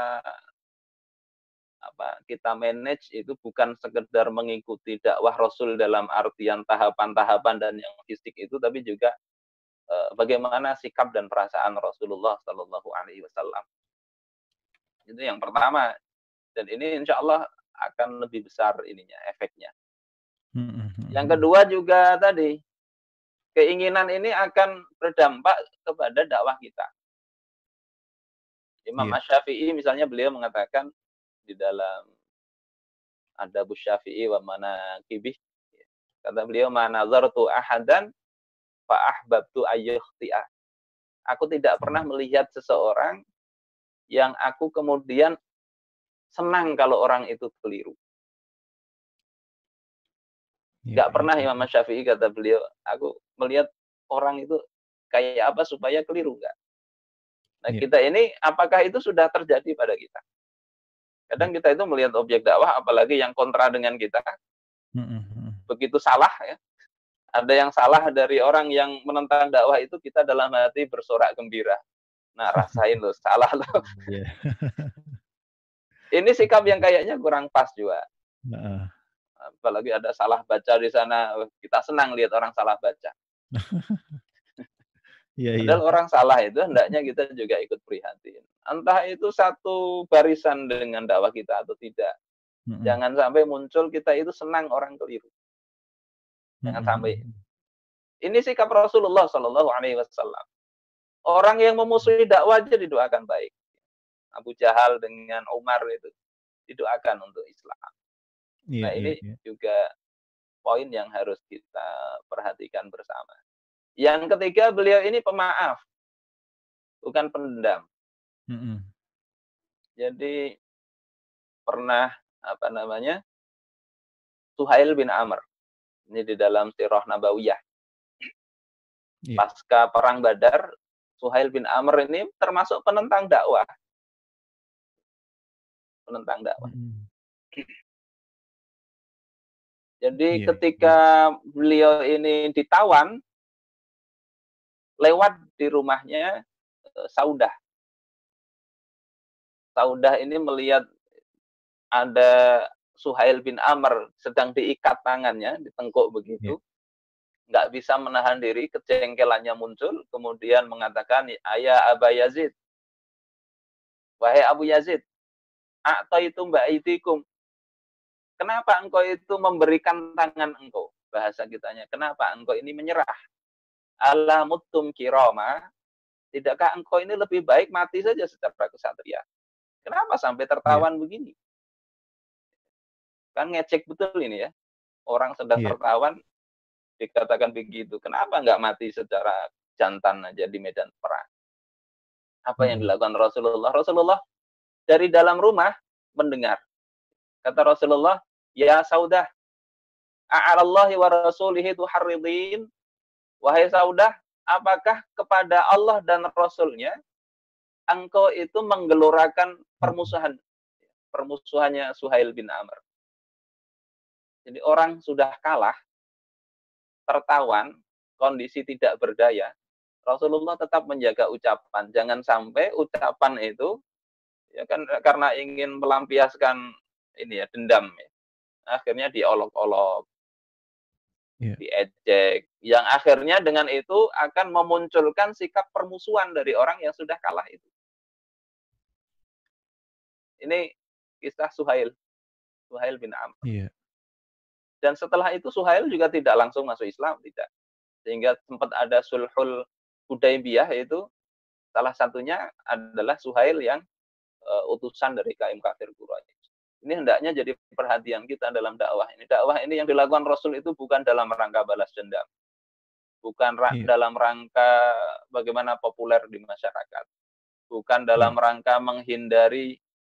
[SPEAKER 2] kita manage itu bukan sekedar mengikuti dakwah Rasul dalam artian tahapan-tahapan dan yang fisik itu, tapi juga bagaimana sikap dan perasaan Rasulullah Shallallahu Alaihi Wasallam. Itu yang pertama. Dan ini insya Allah akan lebih besar ininya efeknya.
[SPEAKER 1] mhm, mhm,
[SPEAKER 2] Yang
[SPEAKER 1] mhm.
[SPEAKER 2] kedua juga tadi keinginan ini akan berdampak kepada dakwah kita. Imam
[SPEAKER 1] Iya,
[SPEAKER 2] Asy-Syafi'i misalnya beliau mengatakan di dalam ada Bu Syafi'i wa manaqibih. Kata beliau, "Manazartu ahadan fa ahbabtu ayyukhti'a." Aku tidak pernah melihat seseorang yang aku kemudian senang kalau orang itu keliru. Nggak pernah Imam Syafi'i, kata beliau, aku melihat orang itu kayak apa supaya keliru, enggak. Nah, kita ini apakah itu sudah terjadi pada kita? Kadang kita itu melihat objek dakwah, apalagi yang kontra dengan kita, begitu salah ya. Ada yang salah dari orang yang menentang dakwah itu, kita dalam hati bersorak gembira. Nah, rasain loh, salah loh. Ini sikap yang kayaknya kurang pas juga. Apalagi ada salah baca di sana, kita senang lihat orang salah baca. Padahal orang salah itu hendaknya kita juga ikut prihatin. Entah itu satu barisan dengan dakwah kita atau tidak. Jangan sampai muncul kita itu senang orang keliru. Jangan sampai. Ini sikap Rasulullah Shallallahu Alaihi Wasallam. Orang yang memusuhi dakwah aja didoakan baik. Abu Jahal dengan Umar itu didoakan untuk Islam. Nah, ini juga poin yang harus kita perhatikan bersama. Yang ketiga, beliau ini pemaaf, bukan pendendam. Jadi pernah Suhail bin Amr, ini di dalam Sirah Nabawiyah. Pasca perang Badar, Suhail bin Amr ini termasuk penentang dakwah. Jadi ketika beliau ini ditawan, lewat di rumahnya Saudah. Saudah ini melihat ada Suhail bin Amr sedang diikat tangannya, ditengkuk begitu. Nggak bisa menahan diri, kejengkelannya muncul, kemudian mengatakan, "Ayah Aba Yazid, wahai Abu Yazid, a'taitu ba'aidikum. Kenapa engkau itu memberikan tangan engkau?" Bahasa kitanya, kenapa engkau ini menyerah? "Ala muttum kirama, tidakkah engkau ini lebih baik mati saja secara kesatria? Kenapa sampai tertawan begini?" Kan ngecek betul ini ya. Orang sedang tertawan, dikatakan begitu. Kenapa nggak mati secara jantan aja di medan perang? Apa yang dilakukan Rasulullah? Rasulullah dari dalam rumah mendengar. Kata Rasulullah, "Ya Saudah, a'alallahi wa rasulihi tuharridin." Wahai Saudah, apakah kepada Allah dan Rasulnya engkau itu menggelorakan permusuhannya Suhail bin Amr? Jadi orang sudah kalah, tertawan, kondisi tidak berdaya, Rasulullah tetap menjaga ucapan. Jangan sampai ucapan itu, ya kan, karena ingin melampiaskan ini ya, dendam ya, akhirnya diolok-olok, diejek, yang akhirnya dengan itu akan memunculkan sikap permusuhan dari orang yang sudah kalah itu. Ini kisah Suhail bin Amr. Dan setelah itu Suhail juga tidak langsung masuk Islam, tidak. Sehingga sempat ada Sulhul Hudaybiyah, itu salah satunya adalah Suhail yang utusan dari kaum kafir Quraisy. Ini hendaknya jadi perhatian kita dalam dakwah ini. Dakwah ini yang dilakukan Rasul itu bukan dalam rangka balas dendam. Bukan dalam rangka bagaimana populer di masyarakat. Bukan dalam rangka menghindari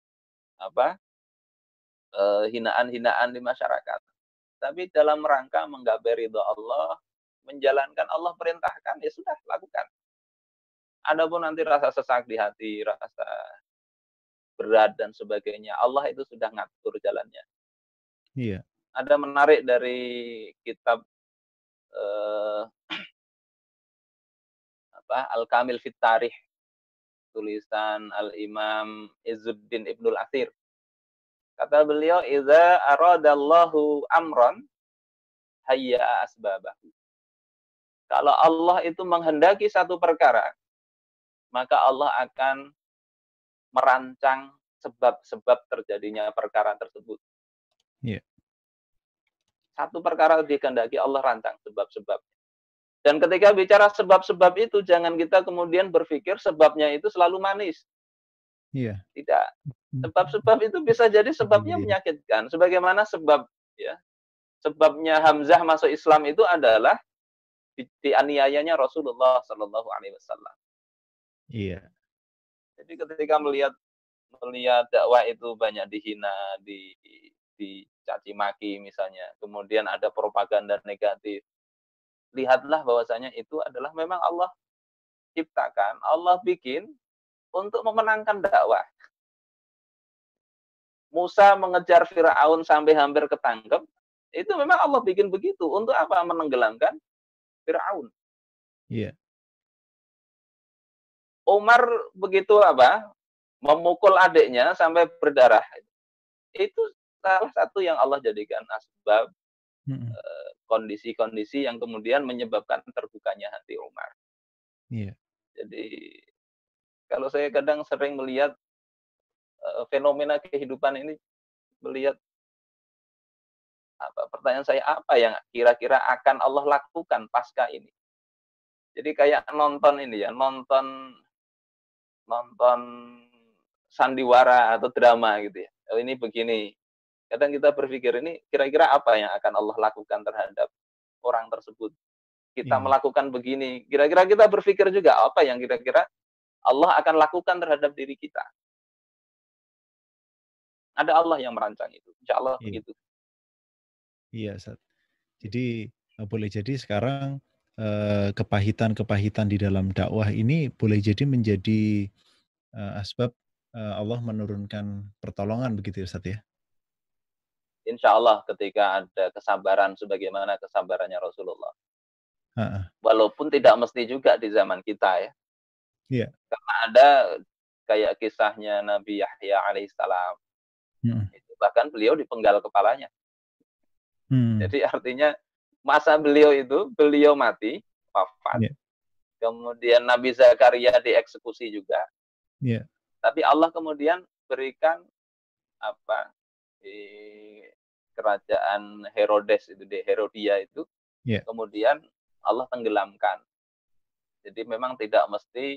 [SPEAKER 2] hinaan-hinaan di masyarakat. Tapi dalam rangka menggapai ridha Allah, menjalankan Allah perintahkan, ya sudah, lakukan. Adapun nanti rasa sesak di hati, rasa berat dan sebagainya, Allah itu sudah ngatur jalannya. Ada menarik dari kitab Al-Kamil fit Tarikh, tulisan Al-Imam Izzuddin Ibnul Athir. Kata beliau, "Idza aradallahu amran hayya asbabahu." Kalau Allah itu menghendaki satu perkara, maka Allah akan merancang sebab-sebab terjadinya perkara tersebut. Satu perkara dikehendaki, Allah rancang sebab-sebabnya. Dan ketika bicara sebab-sebab itu, jangan kita kemudian berpikir sebabnya itu selalu manis.
[SPEAKER 1] Iya.
[SPEAKER 2] Tidak. Sebab-sebab itu bisa jadi sebabnya
[SPEAKER 1] Iya.
[SPEAKER 2] menyakitkan. Sebagaimana sebab ya, sebabnya Hamzah masuk Islam itu adalah dianiayanya Rasulullah Shallallahu Alaihi Wasallam.
[SPEAKER 1] Iya.
[SPEAKER 2] Jadi ketika melihat melihat dakwah itu banyak dihina, dicaci maki misalnya, kemudian ada propaganda negatif, lihatlah bahwasanya itu adalah memang Allah ciptakan, Allah bikin untuk memenangkan dakwah. Musa mengejar Firaun sampai hampir ketangkep, itu memang Allah bikin begitu. Untuk apa? Menenggelamkan Firaun.
[SPEAKER 1] Iya.
[SPEAKER 2] Umar begitu apa? Memukul adiknya sampai berdarah. Itu salah satu yang Allah jadikan asbab
[SPEAKER 1] Mm-mm.
[SPEAKER 2] kondisi-kondisi yang kemudian menyebabkan terbukanya hati Umar.
[SPEAKER 1] Iya.
[SPEAKER 2] Jadi kalau saya kadang sering melihat fenomena kehidupan ini, melihat pertanyaan saya, apa yang kira-kira akan Allah lakukan pasca ini? Jadi kayak nonton ini ya, nonton nonton sandiwara atau drama gitu ya. Oh, ini begini. Kadang kita berpikir ini kira-kira apa yang akan Allah lakukan terhadap orang tersebut. Kita
[SPEAKER 1] Iya.
[SPEAKER 2] melakukan begini. Kira-kira kita berpikir juga apa yang kira-kira Allah akan lakukan terhadap diri kita. Ada Allah yang merancang itu. Insya Allah
[SPEAKER 1] Iya.
[SPEAKER 2] begitu.
[SPEAKER 1] Iya, Ustaz. Jadi boleh jadi sekarang kepahitan-kepahitan di dalam dakwah ini boleh jadi menjadi asbab Allah menurunkan pertolongan begitu ya, Ustaz ya?
[SPEAKER 2] Insya Allah ketika ada kesabaran sebagaimana kesabarannya Rasulullah.
[SPEAKER 1] Heeh.
[SPEAKER 2] Walaupun tidak mesti juga di zaman kita ya.
[SPEAKER 1] Iya.
[SPEAKER 2] Karena ada kayak kisahnya Nabi Yahya alaihissalam.
[SPEAKER 1] Mm.
[SPEAKER 2] Itu bahkan beliau dipenggal kepalanya.
[SPEAKER 1] Hmm.
[SPEAKER 2] Jadi artinya masa beliau mati, wafat.
[SPEAKER 1] Iya.
[SPEAKER 2] Kemudian Nabi Zakaria dieksekusi juga.
[SPEAKER 1] Iya.
[SPEAKER 2] Tapi Allah kemudian berikan apa di kerajaan Herodes itu, di Herodia itu,
[SPEAKER 1] Iya.
[SPEAKER 2] kemudian Allah tenggelamkan. Jadi memang tidak mesti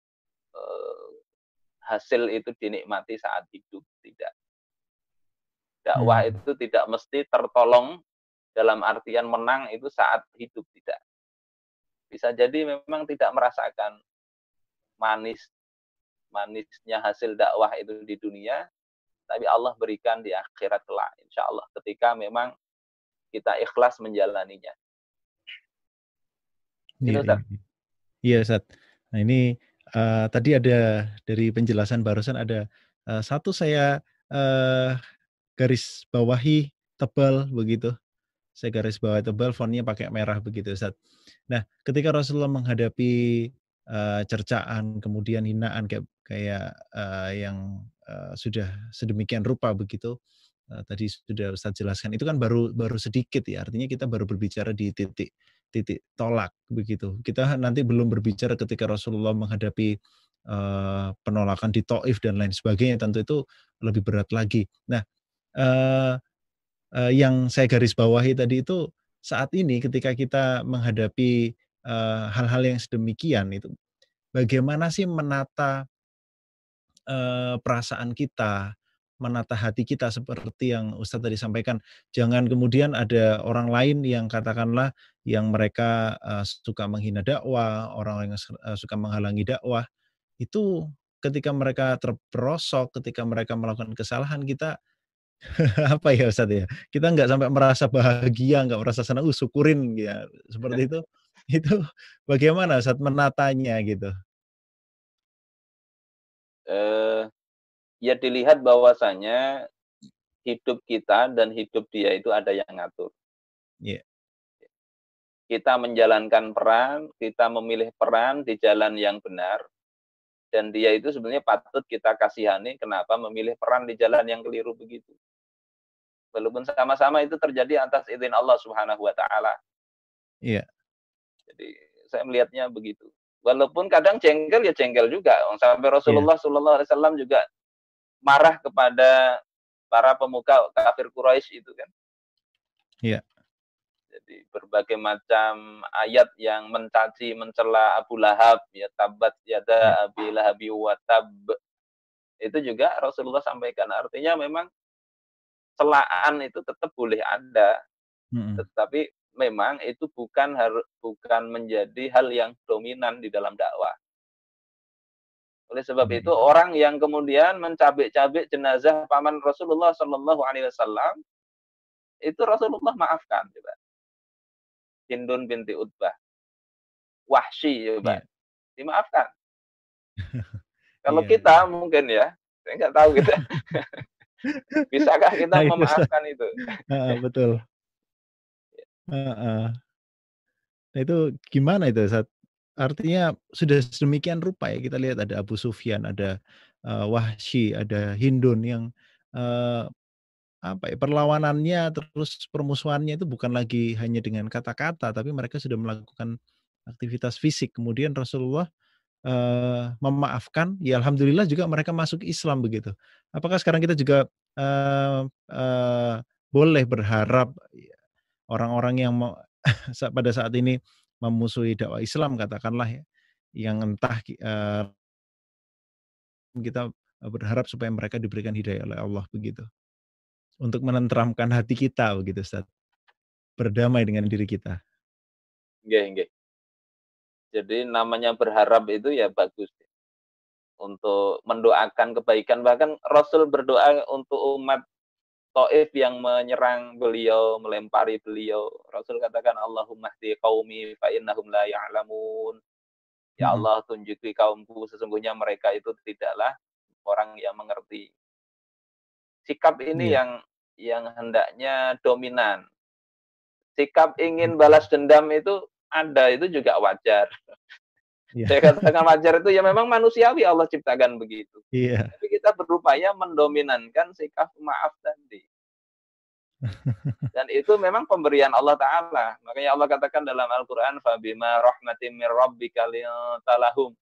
[SPEAKER 2] hasil itu dinikmati saat hidup, tidak. Dakwah
[SPEAKER 1] Hmm.
[SPEAKER 2] itu tidak mesti tertolong dalam artian menang itu saat hidup, tidak. Bisa jadi memang tidak merasakan manisnya hasil dakwah itu di dunia, tapi Allah berikan di akhirat kelak, insya Allah, ketika memang kita ikhlas menjalaninya.
[SPEAKER 1] Iya,
[SPEAKER 2] Itu
[SPEAKER 1] iya.
[SPEAKER 2] Ustaz.
[SPEAKER 1] Iya, Ustaz. Nah ini tadi ada dari penjelasan barusan ada satu saya garis bawahi tebal begitu. Saya garis bawahi tebal, fontnya pakai merah begitu, Ustaz. Nah, ketika Rasulullah menghadapi cercaan, kemudian hinaan kayak kayak yang sudah sedemikian rupa begitu, tadi sudah Ustaz jelaskan, itu kan baru baru sedikit ya, artinya kita baru berbicara di titik titik tolak begitu. Kita nanti belum berbicara ketika Rasulullah menghadapi penolakan di Thaif dan lain sebagainya, tentu itu lebih berat lagi. Nah, eee yang saya garis bawahi tadi itu, saat ini ketika kita menghadapi hal-hal yang sedemikian itu, bagaimana sih menata perasaan kita, menata hati kita seperti yang Ustadz tadi sampaikan. Jangan kemudian ada orang lain yang katakanlah yang mereka suka menghina dakwah, orang yang suka menghalangi dakwah, itu ketika mereka terperosok, ketika mereka melakukan kesalahan, kita apa ya Ustadz ya, kita nggak sampai merasa bahagia, nggak merasa senang, syukurin ya, seperti itu. Itu bagaimana Ustadz menatanya gitu?
[SPEAKER 2] Eh, ya dilihat bahwasanya hidup kita dan hidup dia itu ada yang ngatur.
[SPEAKER 1] Iya.
[SPEAKER 2] Kita menjalankan peran, kita memilih peran di jalan yang benar, dan dia itu sebenarnya patut kita kasihani kenapa memilih peran di jalan yang keliru begitu. Walaupun sama-sama itu terjadi atas izin Allah Subhanahu wa taala.
[SPEAKER 1] Iya.
[SPEAKER 2] Jadi saya melihatnya begitu. Walaupun kadang jengkel ya jengkel juga. Sampai
[SPEAKER 1] Iya.
[SPEAKER 2] Rasulullah Shallallahu Alaihi Wasallam juga marah kepada para pemuka kafir Quraisy itu kan.
[SPEAKER 1] Iya.
[SPEAKER 2] Jadi berbagai macam ayat yang mencaci, mencela Abu Lahab, ya tabat
[SPEAKER 1] Iya.
[SPEAKER 2] yada Abi Lahabi wa tab. Itu juga Rasulullah sampaikan. Artinya memang celaan itu tetap boleh ada,
[SPEAKER 1] Mhm.
[SPEAKER 2] tetapi memang itu bukan menjadi hal yang dominan di dalam dakwah. Oleh sebab
[SPEAKER 1] Iya,
[SPEAKER 2] itu
[SPEAKER 1] iya.
[SPEAKER 2] orang yang kemudian mencabik-cabik jenazah paman Rasulullah Shallallahu Alaihi Wasallam itu Rasulullah maafkan coba. Hindun binti Utbah, Wahsy coba
[SPEAKER 1] Iya.
[SPEAKER 2] dimaafkan. Kalau
[SPEAKER 1] Iya,
[SPEAKER 2] kita
[SPEAKER 1] iya.
[SPEAKER 2] mungkin ya, saya nggak tahu kita bisakah kita
[SPEAKER 1] Nah itu Ustaz,
[SPEAKER 2] memaafkan itu.
[SPEAKER 1] heeh, betul, heeh. Nah itu gimana itu Ustaz? Artinya sudah sedemikian rupa ya kita lihat ada Abu Sufyan, ada, Wahsy, ada Hindun yang, eee, apa ya, perlawanannya terus permusuhannya itu bukan lagi hanya dengan kata-kata, tapi mereka sudah melakukan aktivitas fisik. Kemudian Rasulullah, memaafkan, ya alhamdulillah juga mereka masuk Islam begitu. Apakah sekarang kita juga, eee eee, boleh berharap orang-orang yang pada saat ini memusuhi dakwah Islam katakanlah ya, yang entah kita, berharap supaya mereka diberikan hidayah oleh Allah begitu, untuk menenteramkan hati kita begitu Ustaz, berdamai dengan diri kita.
[SPEAKER 2] Nggih, nggih. Jadi namanya berharap itu ya bagus untuk mendoakan kebaikan. Bahkan Rasul berdoa untuk umat Taif yang menyerang beliau, melempari beliau. Rasul katakan, Allahumma hdi qaumi fa innahum la ya'lamun. Ya
[SPEAKER 1] Mhm,
[SPEAKER 2] Allah, tunjuki kaumku, sesungguhnya mereka itu tidaklah orang yang mengerti. Sikap ini
[SPEAKER 1] iya,
[SPEAKER 2] yang hendaknya dominan. Sikap ingin
[SPEAKER 1] mhm,
[SPEAKER 2] balas dendam itu ada, itu juga wajar.
[SPEAKER 1] iya,
[SPEAKER 2] Saya katakan wajar itu ya memang manusiawi Allah ciptakan begitu.
[SPEAKER 1] iya,
[SPEAKER 2] Tapi kita berupaya mendominankan sikap maaf tadi. Dan itu memang pemberian Allah Ta'ala. Makanya Allah katakan dalam Al-Quran, فَبِمَا رَحْمَةٍ مِّن رَبِّكَ لِنْتَ لَهُمْ.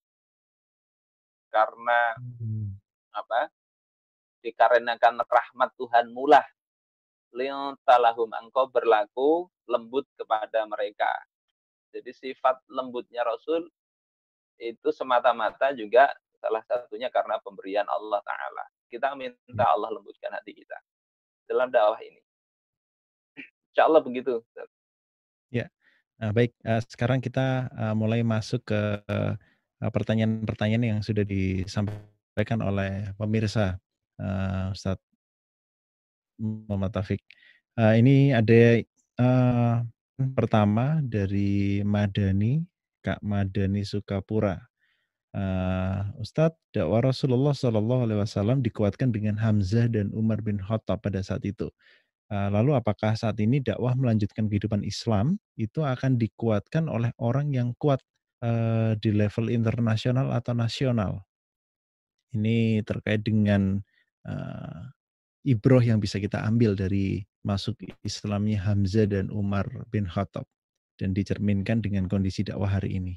[SPEAKER 2] Karena
[SPEAKER 1] mhm,
[SPEAKER 2] apa? Dikarenakan rahmat Tuhanmu lah, لِنْتَ لَهُمْ. Engkau berlaku lembut kepada mereka. Jadi sifat lembutnya Rasul itu semata-mata juga salah satunya karena pemberian Allah Ta'ala. Kita
[SPEAKER 1] iya,
[SPEAKER 2] minta Allah lembutkan hati kita dalam dakwah ini. Insya Allah begitu.
[SPEAKER 1] iya. Nah baik, sekarang kita, mulai masuk ke, pertanyaan-pertanyaan yang sudah disampaikan oleh pemirsa, Ustaz Muhammad Taufik. Ini ada, pertama dari Madani, Kak Madani Sukapura. "Ustadz, dakwah Rasulullah Shallallahu Alaihi Wasallam dikuatkan dengan Hamzah dan Umar bin Khattab pada saat itu. Lalu apakah saat ini dakwah melanjutkan kehidupan Islam itu akan dikuatkan oleh orang yang kuat, di level internasional atau nasional?" Ini terkait dengan, eee ibroh yang bisa kita ambil dari masuk Islamnya Hamzah dan Umar bin Khattab dan dicerminkan dengan kondisi dakwah hari ini.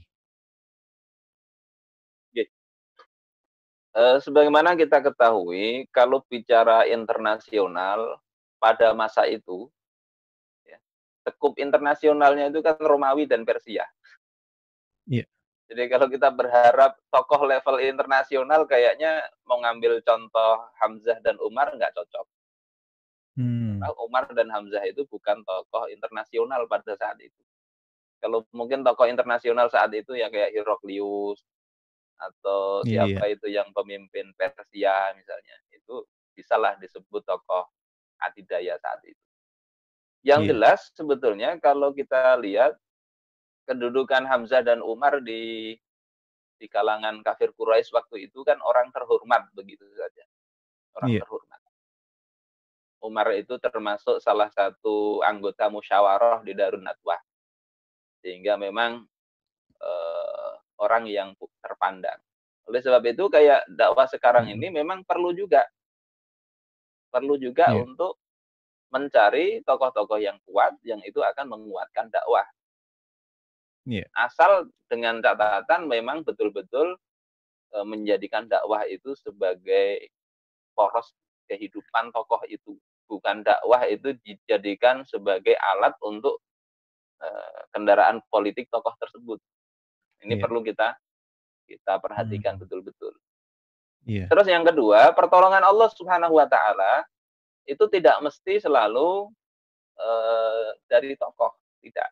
[SPEAKER 2] Sebagaimana kita ketahui, kalau bicara internasional pada masa itu, ya, lingkup internasionalnya itu kan Romawi dan Persia.
[SPEAKER 1] Iya,
[SPEAKER 2] Jadi kalau kita berharap tokoh level internasional kayaknya mau ngambil contoh Hamzah dan Umar nggak cocok. Karena
[SPEAKER 1] mmm,
[SPEAKER 2] Umar dan Hamzah itu bukan tokoh internasional pada saat itu. Kalau mungkin tokoh internasional saat itu ya kayak Heraklius atau
[SPEAKER 1] iya, iya,
[SPEAKER 2] siapa itu yang pemimpin Persia misalnya, itu bisalah disebut tokoh adidaya saat itu. Yang
[SPEAKER 1] iya,
[SPEAKER 2] jelas sebetulnya kalau kita lihat kedudukan Hamzah dan Umar di kalangan kafir Quraisy waktu itu kan orang terhormat begitu saja, orang
[SPEAKER 1] iya,
[SPEAKER 2] terhormat. Umar itu termasuk salah satu anggota musyawarah di Darun Nadwah, sehingga memang orang yang terpandang. Oleh sebab itu kayak dakwah sekarang
[SPEAKER 1] mhm,
[SPEAKER 2] ini memang perlu juga
[SPEAKER 1] iya,
[SPEAKER 2] untuk mencari tokoh-tokoh yang kuat yang itu akan menguatkan dakwah.
[SPEAKER 1] iya,
[SPEAKER 2] Asal dengan catatan memang betul-betul menjadikan dakwah itu sebagai poros kehidupan tokoh itu. Bukan dakwah itu dijadikan sebagai alat untuk kendaraan politik tokoh tersebut. Ini
[SPEAKER 1] iya,
[SPEAKER 2] perlu kita kita perhatikan
[SPEAKER 1] mmm,
[SPEAKER 2] betul-betul.
[SPEAKER 1] Iya.
[SPEAKER 2] Terus yang kedua, pertolongan Allah Subhanahu wa taala itu tidak mesti selalu dari tokoh, tidak.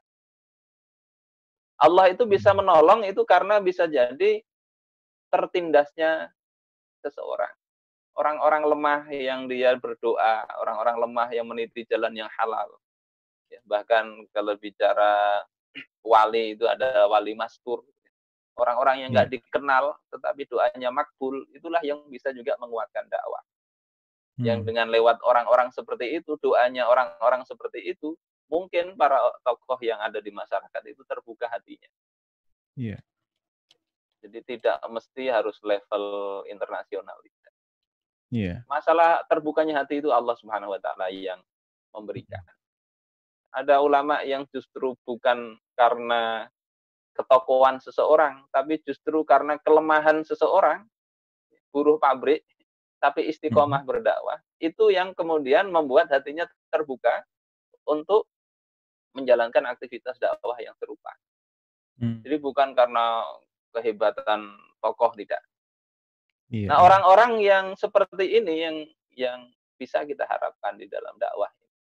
[SPEAKER 2] Allah itu bisa
[SPEAKER 1] Mhm.
[SPEAKER 2] menolong itu karena bisa jadi tertindasnya seseorang. Orang-orang lemah yang dia berdoa, orang-orang lemah yang meniti jalan yang halal. Ya, bahkan kalau bicara wali itu ada wali mastur. Orang-orang yang
[SPEAKER 1] Iya.
[SPEAKER 2] nggak dikenal tetapi doanya makbul, itulah yang bisa juga menguatkan dakwah. Yang
[SPEAKER 1] Hmm.
[SPEAKER 2] dengan lewat orang-orang seperti itu, doanya orang-orang seperti itu, mungkin para tokoh yang ada di masyarakat itu terbuka hatinya.
[SPEAKER 1] Iya.
[SPEAKER 2] Jadi tidak mesti harus level internasional.
[SPEAKER 1] Iya.
[SPEAKER 2] Masalah terbukanya hati itu Allah Subhanahu wa taala yang memberikan. Ada ulama yang justru bukan karena ketokohan seseorang, tapi justru karena kelemahan seseorang, buruh pabrik, tapi
[SPEAKER 1] Mhm.
[SPEAKER 2] istiqomah berdakwah, itu yang kemudian membuat hatinya terbuka untuk menjalankan aktivitas dakwah yang serupa.
[SPEAKER 1] Mmm.
[SPEAKER 2] Jadi bukan karena kehebatan tokoh, tidak.
[SPEAKER 1] Iya,
[SPEAKER 2] Nah,
[SPEAKER 1] iya.
[SPEAKER 2] orang-orang yang seperti ini yang bisa kita harapkan di dalam dakwah.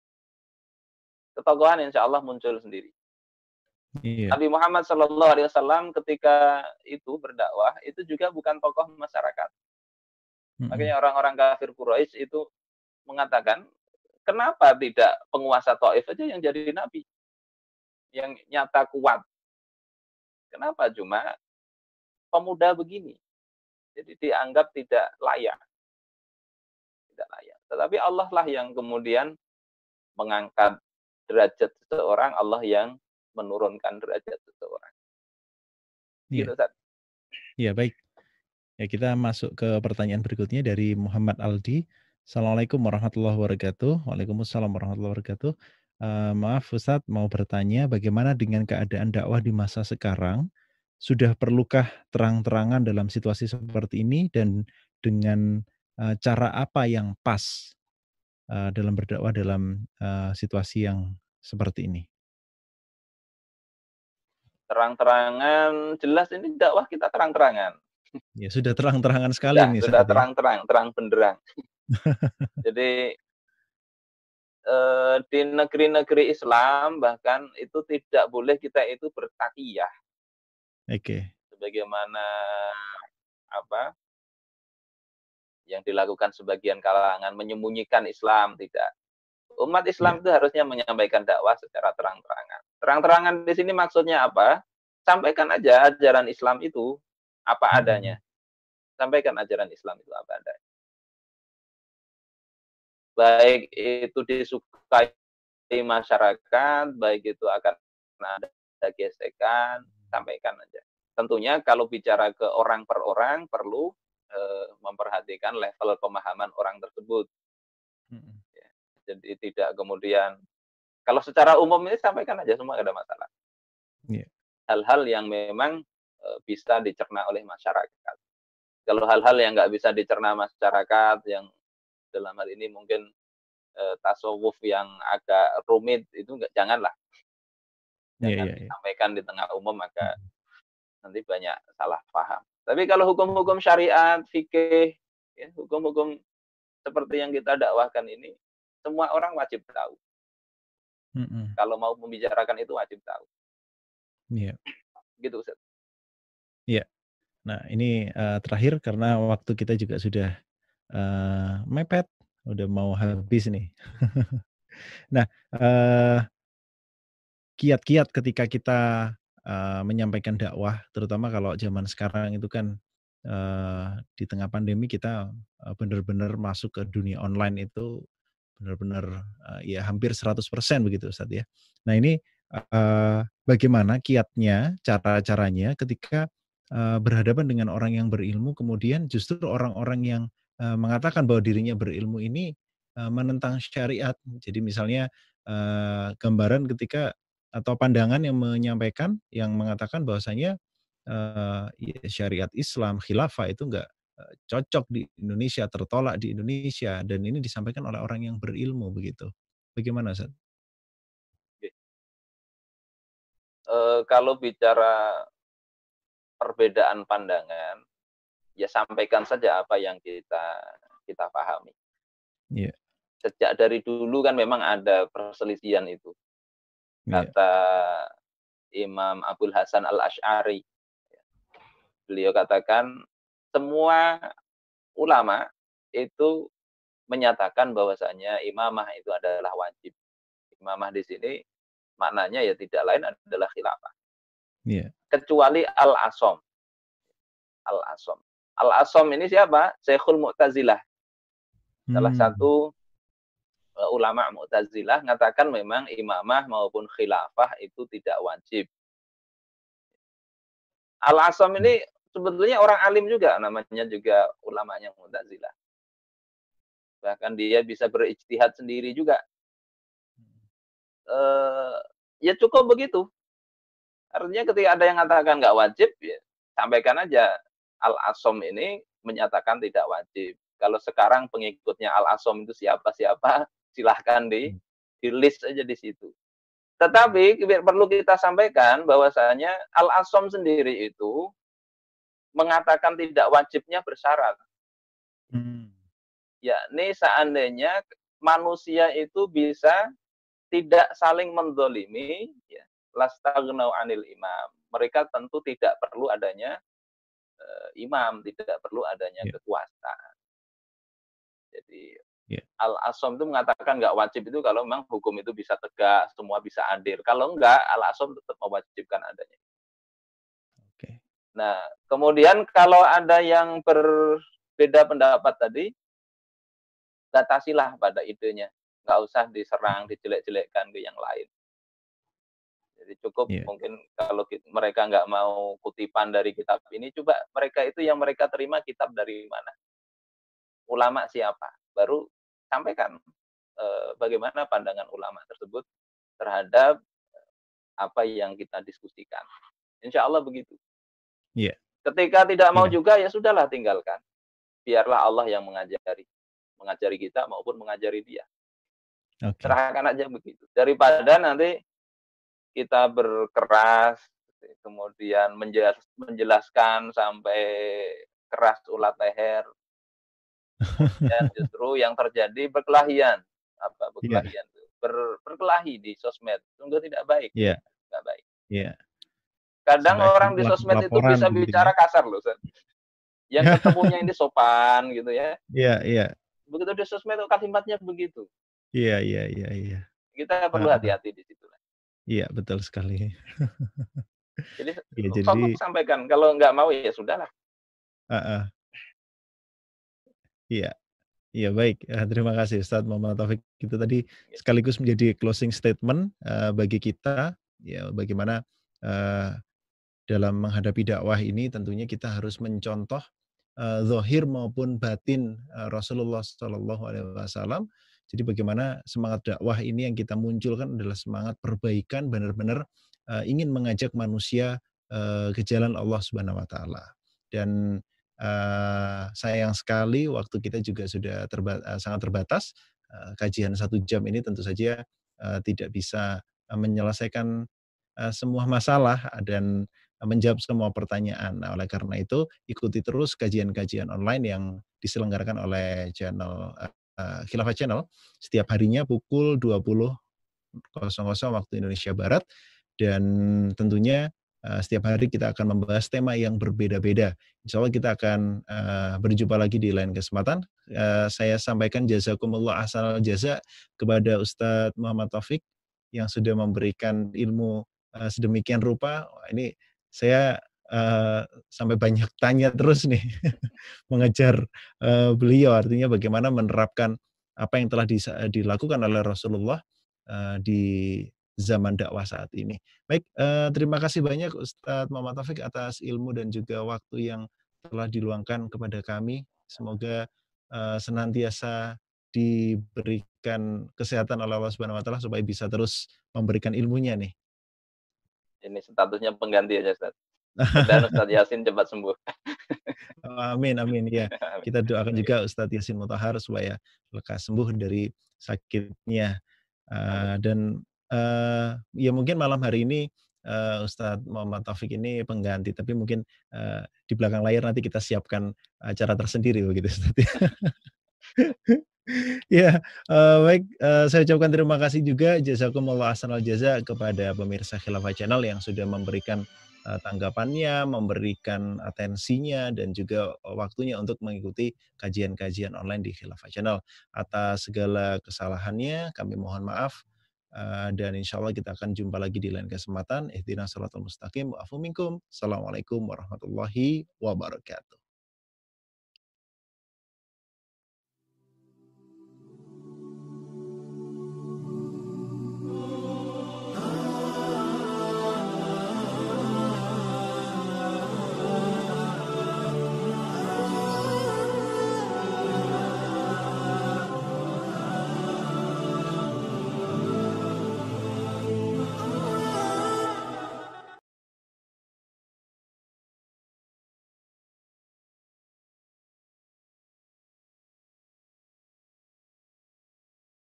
[SPEAKER 2] Ketokohan insya Allah muncul sendiri.
[SPEAKER 1] Iya.
[SPEAKER 2] Nabi Muhammad SAW ketika itu berdakwah, itu juga bukan tokoh masyarakat.
[SPEAKER 1] Mhm.
[SPEAKER 2] Makanya orang-orang kafir Quraisy itu mengatakan, kenapa tidak penguasa Taif saja yang jadi nabi, yang nyata kuat? Kenapa cuma pemuda begini? Jadi dianggap tidak layak, tidak layak. Tetapi Allah lah yang kemudian mengangkat derajat seseorang, Allah yang menurunkan derajat seseorang.
[SPEAKER 1] Iya.
[SPEAKER 2] Gitu, Ustaz.
[SPEAKER 1] Iya, baik. Ya, kita masuk ke pertanyaan berikutnya dari Muhammad Aldi. Assalamualaikum warahmatullahi wabarakatuh. Waalaikumsalam warahmatullahi wabarakatuh. Maaf Ustadz, mau bertanya bagaimana dengan keadaan dakwah di masa sekarang? Sudah perlukah terang-terangan dalam situasi seperti ini dan dengan, cara apa yang pas, dalam berdakwah dalam, situasi yang seperti ini?
[SPEAKER 2] Terang-terangan, jelas ini dakwah kita terang-terangan.
[SPEAKER 1] Ya, sudah terang-terangan sekali
[SPEAKER 2] Sudah
[SPEAKER 1] nih
[SPEAKER 2] sudah
[SPEAKER 1] Ustadz ya?
[SPEAKER 2] terang-terang, terang benderang. Jadi, di negeri-negeri Islam bahkan itu tidak boleh kita itu bertakiyah,
[SPEAKER 1] Oke.
[SPEAKER 2] sebagaimana apa, yang dilakukan sebagian kalangan menyembunyikan Islam, tidak. Umat
[SPEAKER 1] Iya.
[SPEAKER 2] Islam itu harusnya menyampaikan dakwah secara terang-terangan. Terang-terangan di sini maksudnya apa? Sampaikan aja ajaran Islam itu apa
[SPEAKER 1] Mhm.
[SPEAKER 2] adanya. Sampaikan ajaran Islam itu apa adanya. Baik itu disukai masyarakat, baik itu akan ada gesekan, sampaikan aja. Tentunya kalau bicara ke orang per orang perlu, memperhatikan level pemahaman orang tersebut,
[SPEAKER 1] Mhm.
[SPEAKER 2] ya. Jadi tidak kemudian kalau secara umum ini sampaikan aja semua nggak ada masalah.
[SPEAKER 1] Iya.
[SPEAKER 2] Hal-hal yang memang, bisa dicerna oleh masyarakat. Kalau hal-hal yang nggak bisa dicerna masyarakat, yang dalam hal ini mungkin, tasawuf yang agak rumit itu nggak janganlah.
[SPEAKER 1] Iya,
[SPEAKER 2] Jangan
[SPEAKER 1] iya, iya.
[SPEAKER 2] disampaikan di tengah umum, maka
[SPEAKER 1] Mhm.
[SPEAKER 2] nanti banyak salah paham. Tapi kalau hukum-hukum syariat, fikih, ya, hukum-hukum seperti yang kita dakwahkan ini, semua orang wajib tahu.
[SPEAKER 1] Mhm.
[SPEAKER 2] Kalau mau membicarakan itu wajib tahu.
[SPEAKER 1] Iya.
[SPEAKER 2] Gitu, Ustaz.
[SPEAKER 1] Iya. Nah ini, terakhir karena waktu kita juga sudah, mepet, udah mau habis nih. Nah, kiat-kiat ketika kita, menyampaikan dakwah, terutama kalau zaman sekarang itu kan, di tengah pandemi kita, benar-benar masuk ke dunia online itu benar-benar, ya hampir 100% begitu Ustaz ya. Nah ini, bagaimana kiatnya, cara-caranya ketika, berhadapan dengan orang yang berilmu kemudian justru orang-orang yang, mengatakan bahwa dirinya berilmu ini, menentang syariat. Jadi misalnya, gambaran ketika atau pandangan yang menyampaikan, yang mengatakan bahwasanya, ya syariat Islam, khilafah itu enggak, cocok di Indonesia, tertolak di Indonesia, dan ini disampaikan oleh orang yang berilmu begitu. Bagaimana Ustaz?
[SPEAKER 2] Oke. Kalau bicara perbedaan pandangan, ya sampaikan saja apa yang kita pahami.
[SPEAKER 1] Iya.
[SPEAKER 2] Sejak dari dulu kan memang ada perselisihan itu.
[SPEAKER 1] Iya.
[SPEAKER 2] Kata Imam Abul Hasan Al-Asy'ari, beliau katakan semua ulama itu menyatakan bahwasanya imamah itu adalah wajib. Imamah di sini maknanya ya tidak lain adalah khilafah.
[SPEAKER 1] Iya.
[SPEAKER 2] Kecuali Al-Asom. Al-Asom. Al-Asom ini siapa? Syekhul Mu'tazilah. Salah satu ulama Mu'tazilah mengatakan memang imamah maupun khilafah itu tidak wajib. Al-Asom ini sebetulnya orang alim juga, namanya juga ulamanya Mu'tazilah. Bahkan dia bisa berijtihad sendiri juga. Ya cukup begitu. Artinya ketika ada yang mengatakan nggak wajib, ya sampaikan aja. Al-Asom ini menyatakan tidak wajib. Kalau sekarang pengikutnya Al-Asom itu siapa-siapa, silahkan di list aja di situ. Tetapi perlu kita sampaikan bahwasanya Al-Asom sendiri itu mengatakan tidak wajibnya bersyarat. Yakni seandainya manusia itu bisa tidak saling mendolimi, ya, lastagnau anil imam. Mereka tentu tidak perlu adanya imam, tidak perlu adanya kekuasaan. Jadi Al-Asom itu mengatakan nggak wajib itu kalau memang hukum itu bisa tegak, semua bisa adil. Kalau enggak, Al-Asom tetap mewajibkan adanya. Nah, kemudian kalau ada yang berbeda pendapat tadi, batasilah pada idenya. Nggak usah diserang, dijelek-jelekkan ke yang lain. Jadi cukup mungkin kalau mereka nggak mau kutipan dari kitab ini, coba mereka itu yang mereka terima kitab dari mana? Ulama siapa? Baru sampaikan bagaimana pandangan ulama tersebut terhadap apa yang kita diskusikan. Insya Allah begitu. Ketika tidak mau juga, ya sudahlah tinggalkan. Biarlah Allah yang mengajari kita maupun mengajari dia. Serahkan aja begitu. Daripada nanti kita berkeras, kemudian menjelaskan sampai keras ulat leher, dan justru yang terjadi perkelahian. Apa perkelahian? Berkelahi di sosmed. Sungguh tidak baik. Tidak baik. Kadang orang di sosmed itu bisa bicara kasar loh. Yang ketemunya ini sopan gitu ya. Begitu di sosmed kalimatnya begitu.
[SPEAKER 1] Iya.
[SPEAKER 2] Kita perlu hati-hati di situ.
[SPEAKER 1] Iya, betul sekali.
[SPEAKER 2] Jadi sampaikan, kalau nggak mau ya sudahlah.
[SPEAKER 1] Iya baik. Terima kasih Ustadz Muhammad Taufik. Itu tadi sekaligus menjadi closing statement bagi kita, ya bagaimana dalam menghadapi dakwah ini tentunya kita harus mencontoh zahir maupun batin Rasulullah SAW. Jadi bagaimana semangat dakwah ini yang kita munculkan adalah semangat perbaikan, benar-benar ingin mengajak manusia ke jalan Allah Subhanahu Wa Taala. Dan sayang sekali waktu kita juga sudah sangat terbatas. Kajian 1 jam ini tentu saja tidak bisa menyelesaikan semua masalah dan menjawab semua pertanyaan. Nah, oleh karena itu, ikuti terus kajian-kajian online yang diselenggarakan oleh channel Khilafah Channel setiap harinya pukul 20.00 waktu Indonesia Barat, dan tentunya setiap hari kita akan membahas tema yang berbeda-beda. Insya Allah kita akan berjumpa lagi di lain kesempatan. Saya sampaikan jazakumullah ahsanal jaza kepada Ustadz Muhammad Taufik yang sudah memberikan ilmu sedemikian rupa. Ini saya sampai banyak tanya terus nih mengejar beliau, artinya bagaimana menerapkan apa yang telah dilakukan oleh Rasulullah di zaman dakwah saat ini. Baik, terima kasih banyak Ustadz Muhammad Taufik atas ilmu dan juga waktu yang telah diluangkan kepada kami. Semoga senantiasa diberikan kesehatan oleh Allah Subhanahu Wa Taala supaya bisa terus memberikan ilmunya nih.
[SPEAKER 2] Ini statusnya pengganti aja, Ustaz. Dan Ustaz Yasin cepat sembuh.
[SPEAKER 1] Amin. Ya, kita doakan juga Ustadz Yasin Mutahar supaya lekas sembuh dari sakitnya. Dan ya mungkin malam hari ini Ustadz Muhammad Taufik ini pengganti, tapi mungkin, di belakang layar nanti kita siapkan acara tersendiri begitu Ustadz ya. Ya, baik, saya ucapkan terima kasih juga jazakumullah ahsanal jaza kepada pemirsa Khilafah Channel yang sudah memberikan, tanggapannya, memberikan atensinya, dan juga, waktunya untuk mengikuti kajian-kajian online di Khilafah Channel. Atas segala kesalahannya kami mohon maaf, dan insyaallah kita akan jumpa lagi di lain kesempatan. Ihdinas shiratal mustaqim, wa'fu minkum. Assalamualaikum warahmatullahi wabarakatuh.